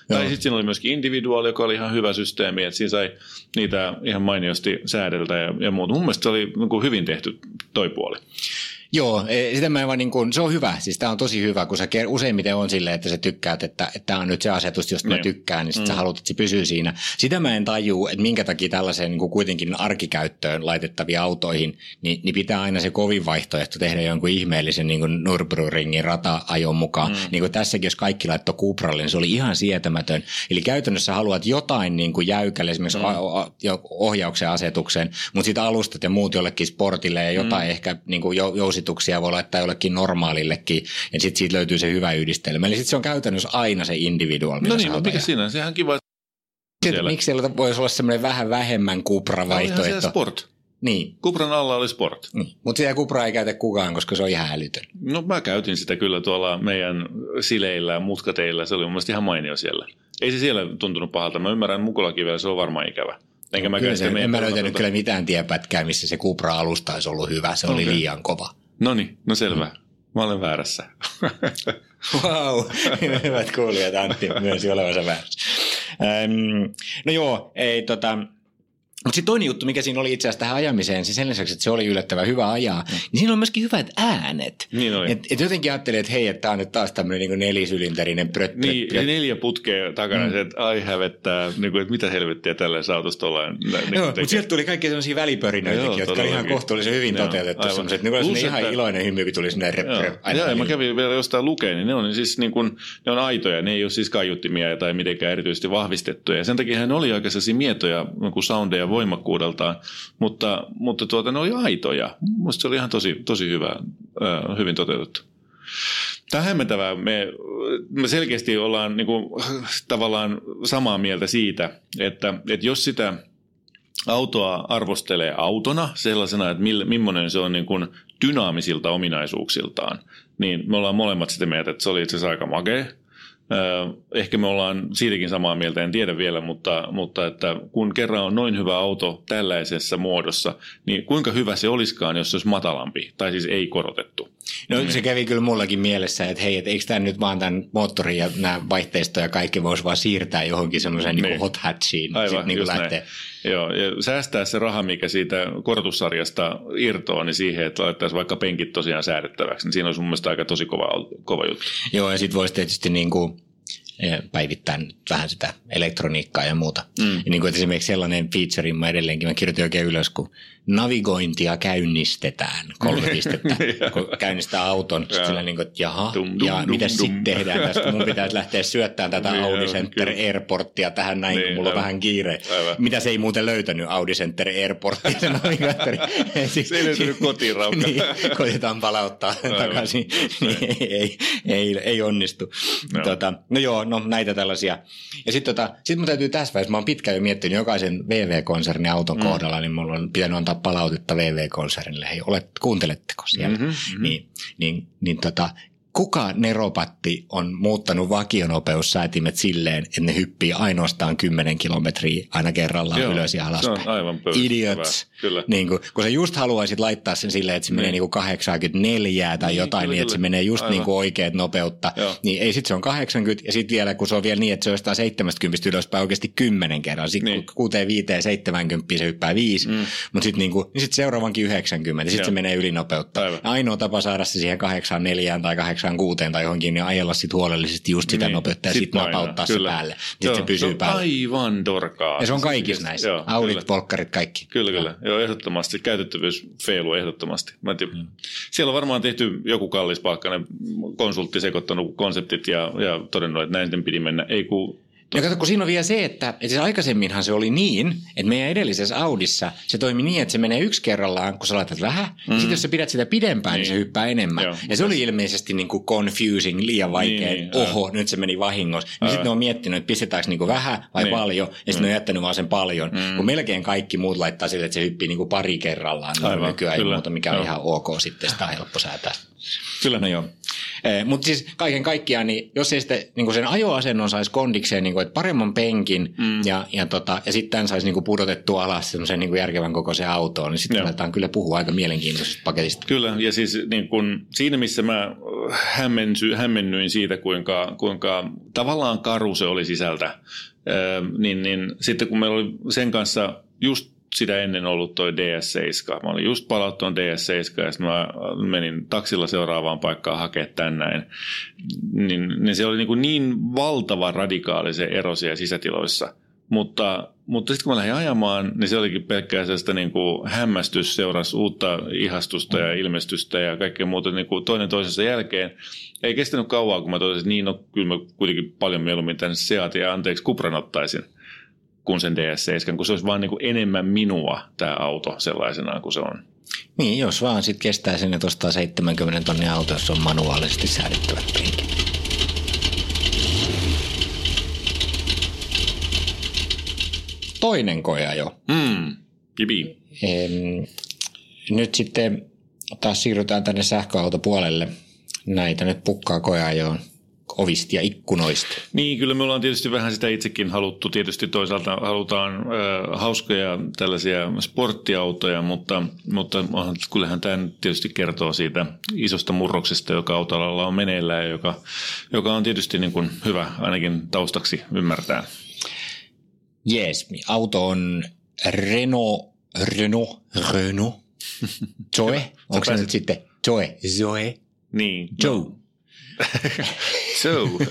Tai sitten siinä oli myöskin individuaali, joka oli ihan hyvä systeemi, että siinä sai niitä ihan mainiosti säädeltä ja, ja muuta. Mun mielestä se oli niin hyvin tehty toi puoli. Joo, sitä mä vaan niin kuin, se on hyvä, siis tämä on tosi hyvä, kun sä useimmiten on silleen, että sä tykkäät, että tämä on nyt se asetus, josta niin. mä tykkään, niin sit mm. sä haluat, että se pysyy siinä. Sitä mä en tajuu, että minkä takia tällaiseen niin kuin kuitenkin arkikäyttöön laitettavia autoihin, niin, niin pitää aina se kovin vaihtoehto tehdä jonkun ihmeellisen niin kuin Nürburgringin rata-ajon mukaan. Mm. Niin kuin tässäkin, jos kaikki laittoi Cupralle, niin se oli ihan sietämätön. Eli käytännössä haluat jotain niin kuin jäykälle, esimerkiksi mm. ohjauksen asetukseen, mutta sitten alustat ja muut jollekin sportille ja jotain mm. ehkä niin kuin jousituksia voi laittaa jollekin normaalillekin, ja sitten siitä löytyy se hyvä yhdistelmä. Eli sitten se on käytännössä aina se individual. No niin, mikä siinä on? Sehän kiva. Siellä. Miksi siellä voisi olla semmoinen vähän vähemmän Cupra-vaihtoehto? Olihan se Sport. Niin. Cupran alla oli Sport. Niin. Mutta sitä Cupraa ei käytä kukaan, koska se on ihan älytön. No mä käytin sitä kyllä tuolla meidän sileillä ja mutkateillä. Se oli mun mielestä ihan mainio siellä. Ei se siellä tuntunut pahalta. Mä ymmärrän Mukulakivellä, se on varmaan ikävä. Enkä mä se, en mä löytänyt kyllä mitään tiepätkää, missä se Cupra-alusta olisi ollut hyvä. Se okay. oli liian kova. No niin, no selvä. Mm. Mä olen väärässä. Vau, wow. Hyvät kuulijat, Antti myönsi olevansa väärässä. Ähm, no joo, ei tota... Mutta sitten toinen juttu, mikä siinä oli itse asiassa tähän ajamiseen, siis sen lisäksi, että se oli yllättävän hyvä ajaa, mm. niin siinä on myöskin hyvät äänet. Niin oli. Et, et jotenkin ajattelin, että hei, että tämä on nyt taas tämmöinen niinku nelisylinterinen pröt, pröt, Niin, pröt. neljä putkea takana, mm. se, että ai hävettää, niin kuin, että mitä helvettiä tällaisessa autossa ollaan. Niin joo, mutta sieltä tuli kaikkia sellaisia välipörinöitäkin, jotka oli ihan kohtuullisen hyvin joo, toteutettu. Sellaiset, niin kuin ihan että... iloinen hymy, kun tuli sinne rep, rep, aina. Joo, ja mä kävin vielä jostain lukeen, niin ne on siis niin kuin, ne on aitoja, ne ei ole siis kaiuttimia tai mitenkään erityisesti vahvistettuja. Ja sen takia ne oli aika sellaisia mietoja niin soundeja voimakkuudeltaan. Mutta, mutta tuota, ne oli aitoja. Mielestäni se oli ihan tosi, tosi hyvä, äh, hyvin toteutettu. Tämä on hämmentävää. Me, me selkeästi ollaan niin kuin, tavallaan samaa mieltä siitä, että, että jos sitä autoa arvostelee autona sellaisena, että mill, millainen se on niin kuin dynaamisilta ominaisuuksiltaan, niin me ollaan molemmat sitä mieltä, että se oli itse asiassa aika makea. Ehkä me ollaan siitäkin samaa mieltä, en tiedä vielä, mutta, mutta että kun kerran on noin hyvä auto tällaisessa muodossa, niin kuinka hyvä se olisikaan, jos se olisi matalampi, tai siis ei korotettu. No se kävi kyllä mullakin mielessä, että hei, että eikö tämä nyt vaan tämän moottorin ja nämä vaihteisto ja kaikki voisi vaan siirtää johonkin semmoiseen niin. niin hot hatchiin. Aivan, niin just näin. Joo, ja säästää se raha, mikä siitä korotussarjasta irtoaa, niin siihen, että laittaisi vaikka penkit tosiaan säädettäväksi, niin siinä olisi mun mielestä aika tosi kova, kova juttu. Joo, ja sitten voisi tietysti niin kuin päivittää vähän sitä elektroniikkaa ja muuta. Mm. Ja niin kuin esimerkiksi sellainen feature, mä edelleenkin, mä kirjoitin oikein ylös, kun navigointia käynnistetään, kolme pistettä, kun käynnistää auton, sitten sillä niin kuin, että jaha, dum, dum, ja dum, mitä sitten tehdään tästä, mun pitäisi lähteä syöttämään tätä niin, Audi Center Airporttia tähän näin, niin, kun mulla on vähän kiire. Aivan. Mitä se ei muuten löytänyt Audi Center Airporttia, se navigaattori. Se ei löytynyt kotiin raukka. Niin, koitetaan palauttaa aivan. takaisin, niin ei, ei, ei, ei onnistu. No. Tota, no joo, no näitä tällaisia. Ja sitten tota, sit mun täytyy tässä vaiheessa, mä oon pitkään jo miettinyt jokaisen V V-konsernin auton mm. kohdalla, niin mulla on pitänyt antaa palautetta V V-konsernille. Hei, olet, kuunteletteko siellä? Mm-hmm, mm-hmm. Niin, niin, niin tota, kuka neropatti on muuttanut vakionopeussäätimet silleen, että ne hyppii ainoastaan kymmenen kilometriä aina kerrallaan Joo, ylös ja alaspäin? Se on aivan Idiots. Niin kuin, kun sä just haluaisit laittaa sen silleen, että se niin. menee niin kuin kahdeksankymmentäneljä tai niin, jotain, kyllä, niin että kyllä. se menee just niin kuin oikeat nopeutta. Joo. Niin ei sit se on kahdeksankymmentä ja sitten vielä, kun se on vielä niin, että se on jostain seitsemänkymmentä ylöspäin oikeasti kymmenen kerran. Sitten niin. kuuteen, viiteen, seitsemänkymmentä se hyppää viisi, mm. mutta sitten niin niin sit seuraavankin yhdeksänkymmentä ja sitten se menee ylinopeutta. Aivan. Ainoa tapa saada se siihen kahdeksankymmentäneljä tai kahdeksankymmentäkuusi tai johonkin, niin ajella sitten huolellisesti just sitä niin. nopeutta ja sitten sit napauttaa se päälle. Sitten se pysyy se päällä. Aivan dorkaa. Ja se on kaikissa näissä. Joo, Audit, volkkarit, kaikki. Kyllä, kyllä. Joo, ehdottomasti. Käytettävyys feilu ehdottomasti. Mä en tiedä. Hmm. Siellä on varmaan tehty joku kallispalkkainen konsultti sekoittanut konseptit ja, ja todennut, että näin piti mennä. Ei kun ja kato, kun siinä on vielä se, että, että siis aikaisemminhan se oli niin, että meidän edellisessä Audissa se toimi niin, että se menee yksi kerrallaan, kun sä laitat vähän, mm. ja sitten jos sä pidät sitä pidempään, niin, niin se hyppää enemmän. Joo, ja se oli ilmeisesti niin kuin confusing, liian vaikea, niin, oho, ää. nyt se meni vahingossa. Ja sitten ne on miettinyt, että pistetäänkö niin kuin vähän vai niin. paljon, ja sitten mm. ne on jättänyt vaan sen paljon. Mm. Kun melkein kaikki muut laittaa sille, että se hyppii niin kuin pari kerrallaan Aivan, nykyään, kyllä. muuta, mikä on joo. ihan ok sitten, sitä on helppo säätää. Kyllä. No joo. Eh, mutta siis kaiken kaikkiaan, niin jos ei sitten niin sen ajoasennon saisi kondikseen, niin kuin, että paremman penkin mm. ja, ja, tota, ja sitten tämän saisi niin kuin pudotettua alas semmoisen niin järkevän kokoisen autoon, niin sitten aletaan kyllä puhua aika mielenkiintoisesta paketista. Kyllä, ja siis niin kun, siinä missä mä hämmensy, hämmennyin siitä, kuinka, kuinka tavallaan karu se oli sisältä. Öö, niin, niin sitten kun meillä oli sen kanssa just sitä ennen ollut toi D S seitsemän. Mä olin just palauttanut D S seitsemän ja sitten mä menin taksilla seuraavaan paikkaan hakemaan tän näin. Niin, niin se oli niin, kuin niin valtava radikaali se ero siellä sisätiloissa. Mutta, mutta sitten kun mä lähdin ajamaan, niin se olikin pelkkää sellaista niin kuin hämmästys seurasi uutta ihastusta ja ilmestystä ja kaikkea muuta niin kuin toinen toisensa jälkeen. Ei kestänyt kauaa, kun mä totesin, että niin, no kyllä mä kuitenkin paljon mieluummin tänne Seatin ja anteeksi Cupran ottaisin kuin sen D S seitsemän, kun se olisi vaan niin kuin enemmän minua tämä auto sellaisenaan kuin se on. Niin, jos vaan sitten kestää sen, että ostaa seitsemänkymmentä tonnia auto, jos on manuaalisesti säädettävät penkit. Toinen koeajo. Mm, jibi. Ehm, nyt sitten taas siirrytään tänne sähköautopuolelle. Näitä nyt pukkaa koeajoon ovista ja ikkunoista. Niin, kyllä me ollaan tietysti vähän sitä itsekin haluttu. Tietysti toisaalta halutaan äh, hauskoja tällaisia sporttiautoja, mutta, mutta kyllähän tämä tietysti kertoo siitä isosta murroksesta, joka autoalalla on meneillään ja joka, joka on tietysti niin kuin hyvä ainakin taustaksi ymmärtää. Jees, auto on Renault, Renault, Renault, Zoe, onko se nyt sitten Zoe, Zoe, niin. Joe. So.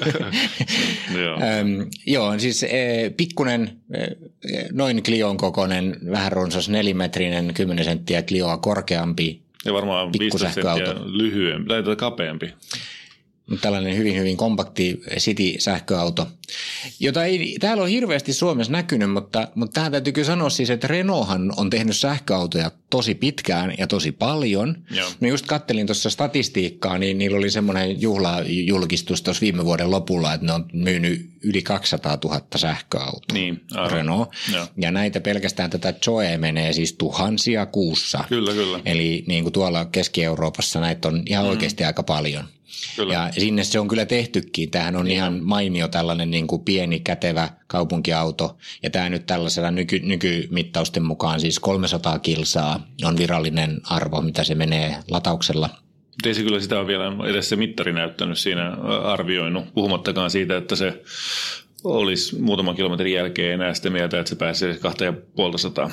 Joo. Öm, joo, siis e, pikkunen, e, noin Clion kokoinen, vähän runsas nelimetrinen, kymmenen senttiä Clioa korkeampi. Ja varmaan viisitoista senttiä lyhyempi, tai kapeampi. Tällainen hyvin, hyvin kompakti City-sähköauto, jota ei täällä ole hirveästi Suomessa näkynyt, mutta, mutta tähän täytyy kyllä sanoa siis, että Renaulthan on tehnyt sähköautoja tosi pitkään ja tosi paljon. Joo. Mä just kattelin tuossa statistiikkaa, niin niillä oli semmoinen juhlajulkistus tuossa viime vuoden lopulla, että ne on myynyt yli kaksisataatuhatta sähköautoa. Niin, Renault. Joo. Ja näitä pelkästään tätä Zoe menee siis tuhansia kuussa. Kyllä, kyllä. Eli niin kuin tuolla Keski-Euroopassa näitä on ihan mm. oikeasti aika paljon. Kyllä. Ja sinne se on kyllä tehtykin. Tämähän on niin. ihan mainio tällainen niin kuin pieni, kätevä kaupunkiauto. Ja tämä nyt tällaisella nyky, nykymittausten mukaan siis kolmesataa kilsaa on virallinen arvo, mitä se menee latauksella. Ei se kyllä sitä ole vielä edes se mittari näyttänyt siinä arvioinut, puhumattakaan siitä, että se olisi muutaman kilometrin jälkeen enää sitä mieltä, että se pääsee kahteen ja puolta sataa.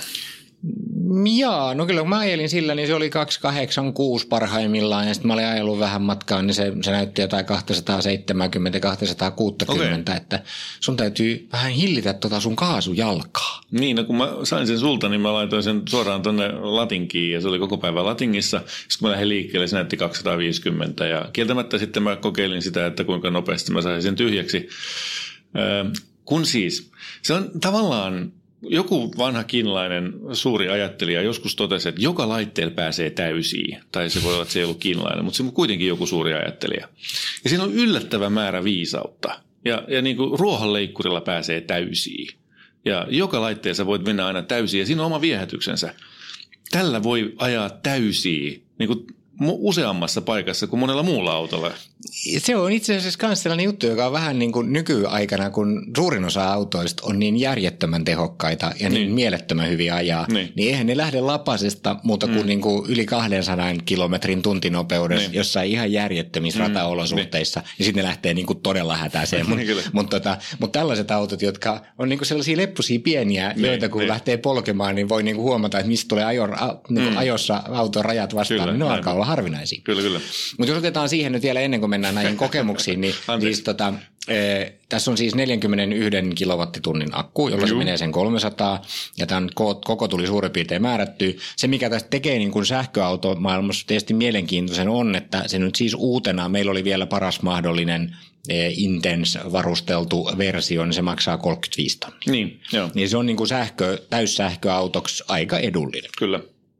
Jaa, no kyllä kun mä ajelin sillä, niin se oli kaksisataakahdeksankymmentäkuusi parhaimmillaan ja sitten mä olin ajellut vähän matkaa, niin se, se näytti jotain kaksisataaseitsemänkymmentä kaksisataakuusikymmentä, okay. Että sun täytyy vähän hillitä tota sun kaasujalkaa. Niin, no kun mä sain sen sulta, niin mä laitoin sen suoraan tonne latinkiin ja se oli koko päivän latingissa. Sitten kun mä lähdin liikkeelle, se näytti kaksisataaviisikymmentä ja kieltämättä sitten mä kokeilin sitä, että kuinka nopeasti mä saisin sen tyhjäksi. Öö, kun siis, se on tavallaan... Joku vanha kiinalainen suuri ajattelija joskus totesi, että joka laitteella pääsee täysiin. Tai se voi olla, että se ei ollut kiinalainen, mutta se on kuitenkin joku suuri ajattelija. Ja siinä on yllättävä määrä viisautta. Ja, ja niin kuin ruohonleikkurilla pääsee täysiin. Ja joka laitteessa voit mennä aina täysiin ja siinä on oma viehätyksensä. Tällä voi ajaa täysiin niin kuin useammassa paikassa kuin monella muulla autolla. Se on itse asiassa myös sellainen juttu, joka on vähän niin kuin nykyaikana, kun suurin osa autoista on niin järjettömän tehokkaita ja niin, niin mielettömän hyviä ajaa, niin. niin eihän ne lähde lapasesta muuta kuin, mm. niin kuin yli kahdensadan kilometrin tuntinopeudessa niin. jossain ihan järjettömissä mm. rataolosuhteissa niin. ja sitten ne lähtee niin kuin todella hätäiseen. Mutta mut tota, mut tällaiset autot, jotka on niin kuin sellaisia leppuisia pieniä, niin, joita kun niin. lähtee polkemaan, niin voi niin kuin huomata, että mistä tulee ajo, a, niin kuin mm. ajossa auton rajat vastaan, kyllä, niin ne alkaa olla harvinaisia. Kyllä, kyllä. Mutta jos otetaan siihen nyt vielä ennen kuin mennään näihin kokemuksiin, niin siis tota, e, tässä on siis neljäkymmentäyksi kilowattitunnin akku, jolla se menee sen kolmesataa, ja tämän koko tuli suurin piirtein määrättyä. Se, mikä tästä tekee niin kuin sähköautomaailmassa tietysti mielenkiintoisen on, että se nyt siis uutena, meillä oli vielä paras mahdollinen e, Intense-varusteltu versio, niin se maksaa kolmekymmentäviisi tonnia. Niin, joo. Niin se on niin kuin sähkö, täyssähköautoksi aika edullinen. Kyllä.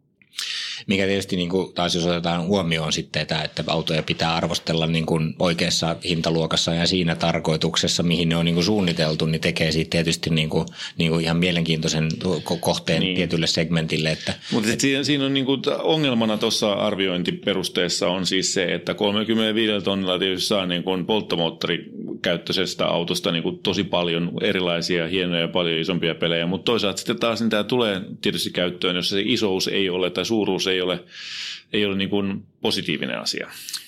Mikä tietysti niin kuin, taas jos otetaan huomioon sitten, että, että autoja pitää arvostella niin kuin oikeassa hintaluokassa ja siinä tarkoituksessa, mihin ne on niin kuin suunniteltu, niin tekee siitä tietysti niin kuin, niin kuin ihan mielenkiintoisen kohteen niin. tietylle segmentille. Että, mutta et, siinä, siinä on niin kuin ongelmana tuossa arviointiperusteessa on siis se, että kolmekymmentäviisi tonnilla tietysti saa niin kuin polttomoottorikäyttöisestä autosta niin kuin tosi paljon erilaisia hienoja ja paljon isompia pelejä, mutta toisaalta sitten taas niin tämä tulee tietysti käyttöön, jos se isous ei ole tai suuruus ei ole, ei ole niin kuin positiivinen asia.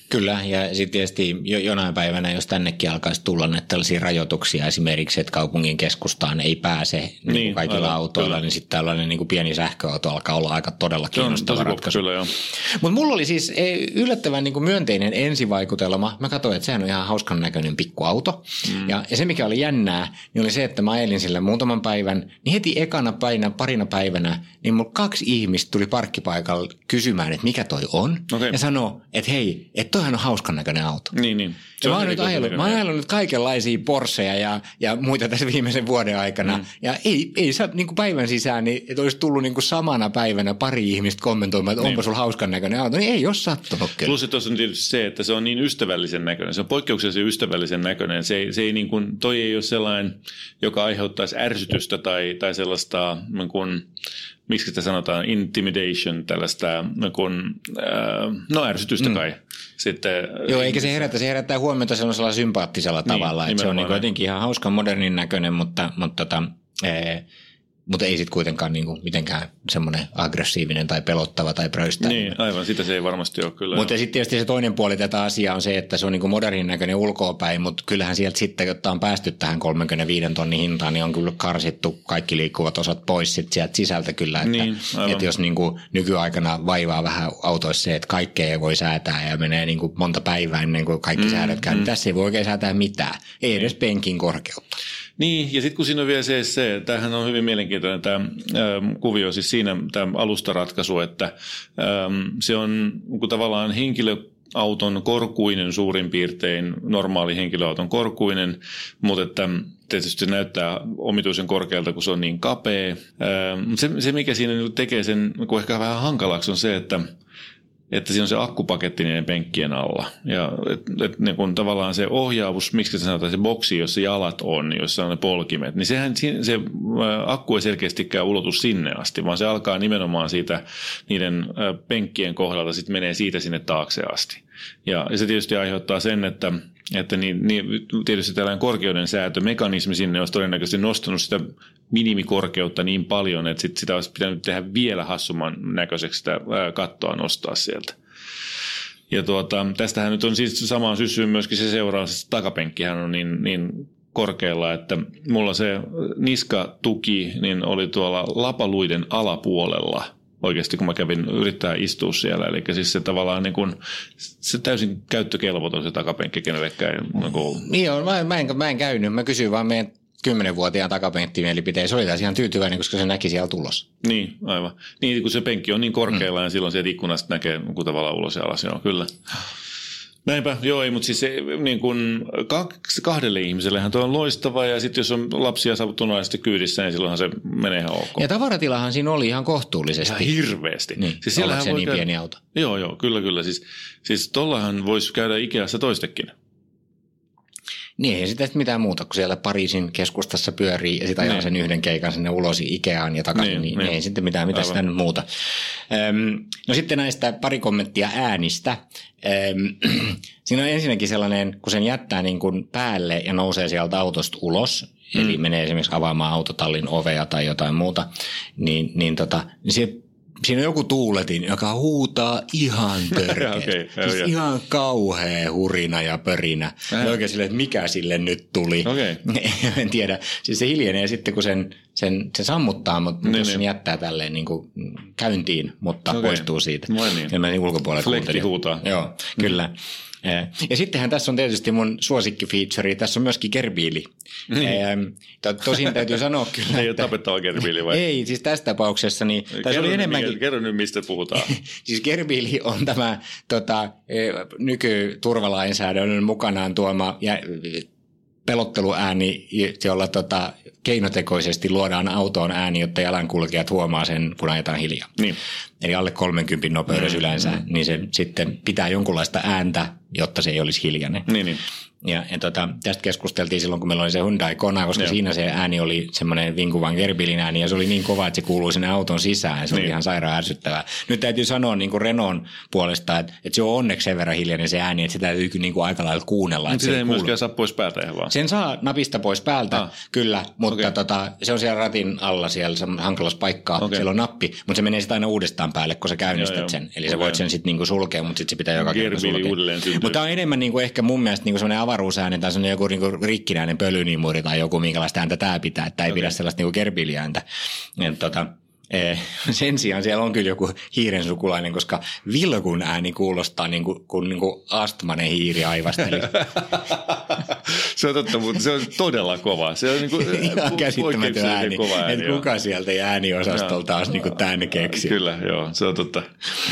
Kyllä, ja sitten tietysti jo, jonain päivänä, jos tännekin alkaisi tulla näitä tällaisia rajoituksia esimerkiksi, että kaupungin keskustaan ei pääse niin niin, kaikilla aivan, autoilla, kyllä. Niin sitten tällainen niin kuin pieni sähköauto alkaa olla aika todella kiinnostava ratkaisu. Mutta mulla oli siis yllättävän niin kuin myönteinen ensivaikutelma. Mä katsoin, että sehän on ihan hauskan näköinen pikkuauto. Mm. Ja, ja se, mikä oli jännää, niin oli se, että mä ajelin sille muutaman päivän, niin heti ekana päivänä, parina päivänä, niin mulla kaksi ihmistä tuli parkkipaikalle kysymään, että mikä toi on. Okay. Ja sanoo, että hei, että toihan on hauskan näköinen auto. Niin, niin. Ja mä oon nyt ajellut, mä oon ajellut nyt kaikenlaisia Porscheja ja, ja muita tässä viimeisen vuoden aikana. Mm. Ja ei, ei saa niin kuin päivän sisään, niin että olisi tullut niin kuin samana päivänä pari ihmistä kommentoimaan, että niin. Onpa sulla hauskan näköinen auto. Niin ei ole sattunut kyllä. Plus tuossa on tietysti se, että se on niin ystävällisen näköinen. Se on poikkeuksellisen ystävällisen näköinen. Se ei, se ei niin kuin, toi ei ole sellainen, joka aiheuttaisi ärsytystä tai, tai sellaista niin kuin, miksi sitä sanotaan, intimidation, tällaista kun, äh, no ärsytystä kai. Mm. Sitten, joo, eikä se herätä, se herättää huomiota sellaisella sympaattisella niin, tavalla, että se on niin jotenkin ihan hauskan modernin näköinen, mutta, mutta, tota, ee, mutta ei sitten kuitenkaan niin kuin mitenkään semmoinen aggressiivinen tai pelottava tai pröystäinen. Niin, aivan, sitä se ei varmasti ole kyllä. Mutta sitten tietysti se toinen puoli tätä asiaa on se, että se on niin kuin modernin näköinen ulkoapäin, mutta kyllähän sieltä sitten, jotta on päästy tähän kolmekymmentäviisi tonnin hintaan, niin on kyllä karsittu kaikki liikkuvat osat pois sit sieltä sisältä kyllä. Että, niin, että jos niin kuin nykyaikana vaivaa vähän autoissa se, että kaikkea ei voi säätää ja menee niin kuin monta päivää ennen kuin kaikki mm, säädöt käy, mm. niin tässä ei voi oikein säätää mitään, ei edes penkin korkeutta. Niin, ja sitten kun siinä on vielä se, se tämähän on hyvin mielenkiintoinen tämä ähm, kuvio, siis siinä tämä alustaratkaisu, että ähm, se on kun tavallaan henkilöauton korkuinen suurin piirtein, normaali henkilöauton korkuinen, mutta että tietysti se näyttää omituisen korkealta, kun se on niin kapea. Ähm, se, se, mikä siinä tekee sen kun ehkä vähän hankalaksi, on se, että että siinä on se akkupaketti niiden penkkien alla. Ja et, et, niin kun tavallaan se ohjaus, miksi se sanotaan se boksi, jossa jalat on, jossa on ne polkimet, niin sehän se akku ei selkeästikään ulotu sinne asti, vaan se alkaa nimenomaan siitä niiden penkkien kohdalta, sitten menee siitä sinne taakse asti. Ja, ja se tietysti aiheuttaa sen, että että niin, niin, tietysti tällainen korkeuden säätömekanismi sinne olisi todennäköisesti nostanut sitä minimikorkeutta niin paljon, että sit sitä olisi pitänyt tehdä vielä hassumman näköiseksi sitä kattoa nostaa sieltä. Ja tuota, tästähän nyt on siis samaan syssyyn myöskin se seuraus, että takapenkkihän on niin, niin korkealla, että mulla se niskatuki niin oli tuolla lapaluiden alapuolella. Oikeasti, kun mä kävin yrittää istua siellä. Eli siis se tavallaan niin kuin, se täysin käyttökelvoton se takapenkki kenellekään. Niin on, mä, mä, en, mä en käynyt. Mä kysyin vaan meidän kymmenvuotiaan takapenkkimielipiteen. Se oli taas ihan tyytyväinen, koska se näki siellä tulossa. Niin, aivan. Niin, kun se penkki on niin korkealla, mm. ja silloin sieltä ikkunasta näkee kun tavallaan ulos ja alas. Joo, kyllä. Näinpä, joo, ei, mutta siis se, niin kuin kahdelle ihmisellehän tuo on loistava, ja sitten jos on lapsia saavuttunaisesti kyydissä, niin silloinhan se menee ihan ok. Ja tavaratilahan siinä oli ihan kohtuullisesti. Ihan hirveästi. Niin, siis ollaanko se niin käydä pieni auto? Joo, joo, kyllä, kyllä. Siis, siis tollahan voisi käydä Ikeassa toistekin. Niin, ei sitä mitään muuta, kun siellä Pariisin keskustassa pyörii ja sitten ajaa sen yhden keikan sinne ulos Ikeaan ja takaisin, niin, niin, niin ei sitten mitään, mitä sitä nyt muuta. Öm, no sitten näistä pari kommenttia äänistä. Öm, siinä on ensinnäkin sellainen, kun sen jättää niin kuin päälle ja nousee sieltä autosta ulos, mm. eli menee esimerkiksi avaamaan autotallin ovea tai jotain muuta, niin, niin, tota, niin se siinä on joku tuuletin, joka huutaa ihan törkeästi. Okay, siis ihan kauhea hurina ja pörinä. Ja oikein silleen, että mikä sille nyt tuli. Okay. En tiedä. Siis se hiljenee sitten, kun sen, sen, sen sammuttaa, mutta niin, jos sen niin. jättää tälleen niin kuin käyntiin, mutta okay. poistuu siitä. Niin. Ja mä niin ulkopuolella kuuntelin. huutaa. Joo, kyllä. Ja sittenhän tässä on tietysti mun suosikkifeature, tässä on myöskin gerbiili. Mm. Tosin täytyy sanoa kyllä, että ei ole tapettava gerbiili vai? Ei, siis tässä tapauksessa niin tässä oli enemmänkin. Kerro nyt, mistä puhutaan. Siis gerbiili on tämä tota, nykyturvalainsäädännön mukanaan tuoma ja, pelotteluääni, jolla tota, keinotekoisesti luodaan autoon ääni, jotta jalankulkijat huomaa sen, kun ajetaan hiljaa. Niin. Eli alle kolmenkympin nopeudessa mm, yleensä, mm. niin se sitten pitää jonkunlaista ääntä jotta se ei olisi hiljainen. Niin, niin. Ja, ja tota, tästä keskusteltiin silloin, kun meillä oli se Hyundai Kona, koska Joo. siinä se ääni oli semmoinen vinkuvan gerbilin ääni, ja se oli niin kova, että se kuului sinne auton sisään, ja se niin. oli ihan sairaan ärsyttävää. Nyt täytyy sanoa niin kuin Renaultin puolesta, että, että se on onneksi sen verran hiljainen se ääni, että se täytyy niin kuin aika lailla kuunnella. Mutta sitä ei myöskään saa pois päältä ihan vaan. Sen saa napista pois päältä, ah. kyllä, mutta okay. tota, se on siellä ratin alla siellä hankalassa paikkaa, okay. siellä on nappi, mutta se menee sitten aina uudestaan päälle, kun sä käynnistät joo, sen. Joo. Eli okay. sä voit sen sitten niin sulkea, mutta sitten se pitää joka kerta sulkea. Mutta on enemmän niin kuin ehkä mun mielestä niin semmoinen avaruusääni tai semmoinen joku niinku rikkinäinen pölynimuri tai joku, minkälaista ääntä tämä pitää, että ei okay. pidä sellaista niinku gerbiliääntä. Tota, eh, sen sijaan siellä on kyllä joku hiiren sukulainen, koska vilkun ääni kuulostaa niin kuin, kun niin kuin astmanen hiiri aivasteli. Se on totta, mutta se on todella kova. Se on niin kuin, ihan käsittämätön ääni, ääni että kuka sieltä ei ääniosastolta taas niin kuin tänne keksi. Kyllä, joo, se on totta.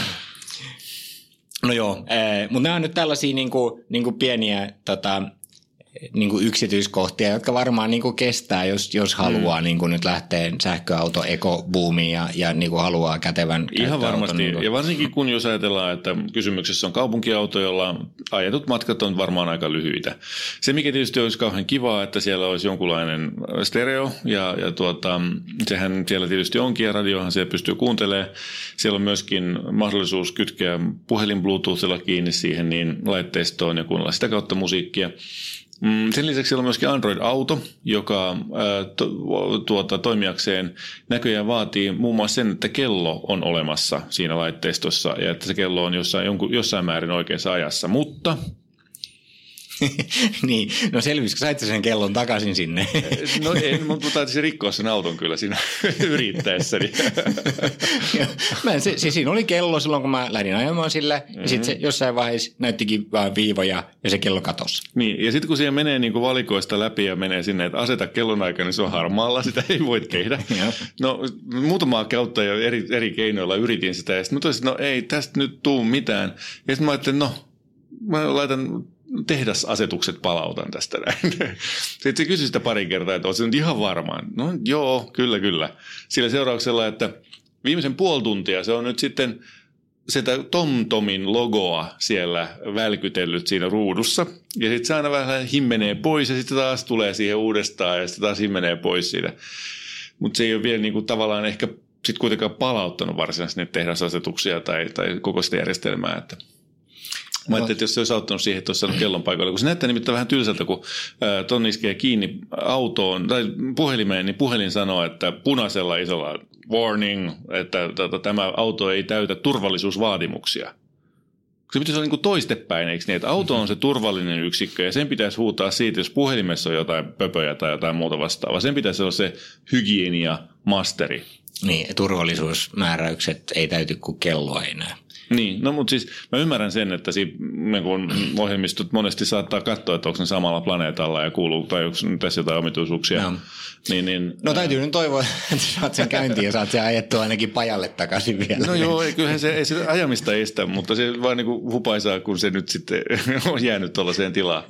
No joo, eh, mutta nämä on nyt tällaisia niin kuin, niin kuin pieniä tota, niin kuin yksityiskohtia, jotka varmaan niin kuin kestää, jos, jos haluaa mm. niin kuin nyt lähteä sähköauto ekobuumiin ja, ja niin kuin haluaa kätevän ihan varmasti. Niin kuin. Ja varsinkin kun jos ajatellaan, että kysymyksessä on kaupunkiauto, jolla ajetut matkat on varmaan aika lyhyitä. Se, mikä tietysti olisi kauhean kivaa, että siellä olisi jonkunlainen stereo ja, ja tuota, sehän siellä tietysti onkin ja radiohan siellä pystyy kuuntelemaan. Siellä on myöskin mahdollisuus kytkeä puhelin Bluetoothilla kiinni siihen niin laitteistoon ja kuunnella sitä kautta musiikkia. Sen lisäksi siellä on myöskin Android-auto, joka ää, to, tuota, toimijakseen näköjään vaatii muun muassa sen, että kello on olemassa siinä laitteistossa ja että se kello on jossain, jonkun, jossain määrin oikeassa ajassa, mutta... niin, no selvisikö, sait sen kellon takaisin sinne? No ei, mutta taisi rikkoa sen auton kyllä siinä yrittäessäni. mä, se, se, siinä oli kello silloin, kun mä lähdin ajamaan sillä, mm-hmm. ja sitten se jossain vaiheessa näyttikin vaan viivoja, ja se kello katosi. Niin, ja sitten kun siihen menee niin kuin valikoista läpi ja menee sinne, että aseta kellonaika, niin se on harmaalla, sitä ei voi tehdä. No muutamaa käyttäjä eri, eri keinoilla yritin sitä, ja sitten mä toisin, no ei tästä nyt tuu mitään. Ja sitten mä ajattelin, no mä laitan... tehdasasetukset palautan tästä näin. Sitten se kysyi sitä pari kertaa, että oletko se nyt ihan varmaan? No joo, kyllä, kyllä. Sillä seurauksella, että viimeisen puoli tuntia se on nyt sitten sitä TomTomin logoa siellä välkytellyt siinä ruudussa. Ja sitten se aina vähän himmenee pois ja sitten taas tulee siihen uudestaan ja sitten taas himmenee pois siitä. Mutta se ei ole vielä niinku tavallaan ehkä sitten kuitenkaan palauttanut varsinaisesti niitä tehdasasetuksia tai, tai koko sitä järjestelmää, että... Mä ajattelin, että jos se olisi auttanut siihen, että olisi saanut kellon paikalle, kun se näyttää nimittäin vähän tylsältä, kun ton iskee kiinni autoon tai puhelimeen, niin puhelin sanoo, että punaisella isolla warning, että tämä auto ei täytä turvallisuusvaatimuksia. Se pitäisi olla niin kuin toistepäin, eikö niin, että auto on se turvallinen yksikkö ja sen pitäisi huutaa siitä, jos puhelimessa on jotain pöpöjä tai jotain muuta vastaavaa. Sen pitäisi olla se hygienia masteri. Niin, turvallisuusmääräykset ei täyty, kun kello ei näy. Niin, no mutta siis mä ymmärrän sen, että siinä, kun ohjelmistot monesti saattaa katsoa, että onko ne samalla planeetalla ja kuuluu, tai onko tässä jotain omituisuuksia. No, niin, niin, no täytyy nyt toivoa, että saat sen käyntiin ja saat sen ajettua ainakin pajalle takaisin vielä. No joo, kyllähän se ei se ajamista estä, mutta se vaan niin kuin hupaisaa, kun se nyt sitten on jäänyt tuollaiseen tilaan.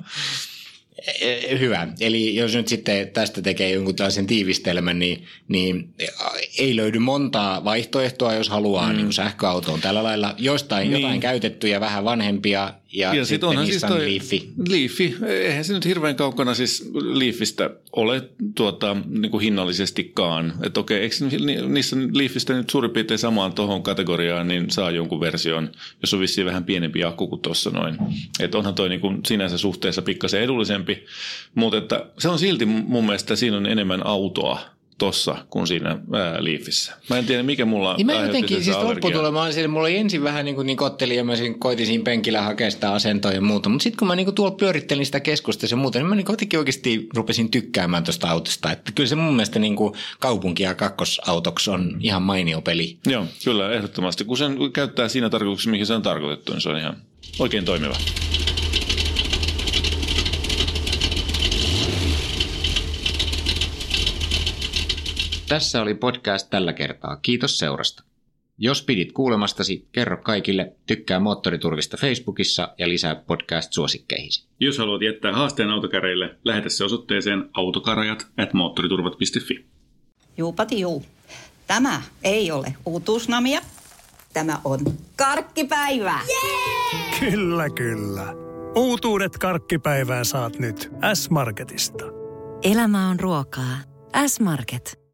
Hyvä. Eli jos nyt sitten tästä tekee jonkun tällaisen tiivistelmän, niin, niin ei löydy montaa vaihtoehtoa, jos haluaa mm. niin sähköautoon tällä lailla. Jostain niin. Jotain käytettyjä, vähän vanhempia ja, ja sitten Nissan siis Leafi. Leafi. Eihän se nyt hirveän kaukana siis Leafistä ole tuota, niin kuin hinnallisestikaan. Että okei, eikö Nissan Leafistä nyt suurin piirtein samaan tuohon kategoriaan, niin saa jonkun version, jos on vissiin vähän pienempi akku kuin tuossa noin. Että onhan toi niin kuin sinänsä suhteessa pikkasen edullisempi, mutta että se on silti mun mielestä siinä on enemmän autoa tossa kuin siinä ää, Leafissä. Mä en tiedä, mikä mulla niin aiheutti jotenkin, siis lopputulema oli mulla oli ensin vähän niin kuin niin kottelin ja mä koitin siinä penkillä hakea sitä asentoa ja muuta, mutta sitten kun mä niin kuin tuolla pyörittelin sitä keskusta ja muuta, niin mä niin jotenkin oikeasti rupesin tykkäämään tuosta autosta. Että kyllä se mun mielestä niin kuin kaupunki- ja kakkosautoksi on ihan mainio peli. Joo, kyllä, ehdottomasti. Kun sen käyttää siinä tarkoituksessa, mihin se on tarkoitettu, niin se on ihan oikein toimiva. Tässä oli podcast tällä kertaa. Kiitos seurasta. Jos pidit kuulemastasi, kerro kaikille, tykkää Moottoriturvista Facebookissa ja lisää podcast-suosikkeihisi. Jos haluat jättää haasteen autokäreille, lähetä se osoitteeseen autokarajat at moottoriturvat piste fi. Juupati juu. Tämä ei ole uutuusnamia. Tämä on karkkipäivää. Jee! Kyllä, kyllä. Uutuudet karkkipäivään saat nyt S-Marketista. Elämä on ruokaa. S-Market.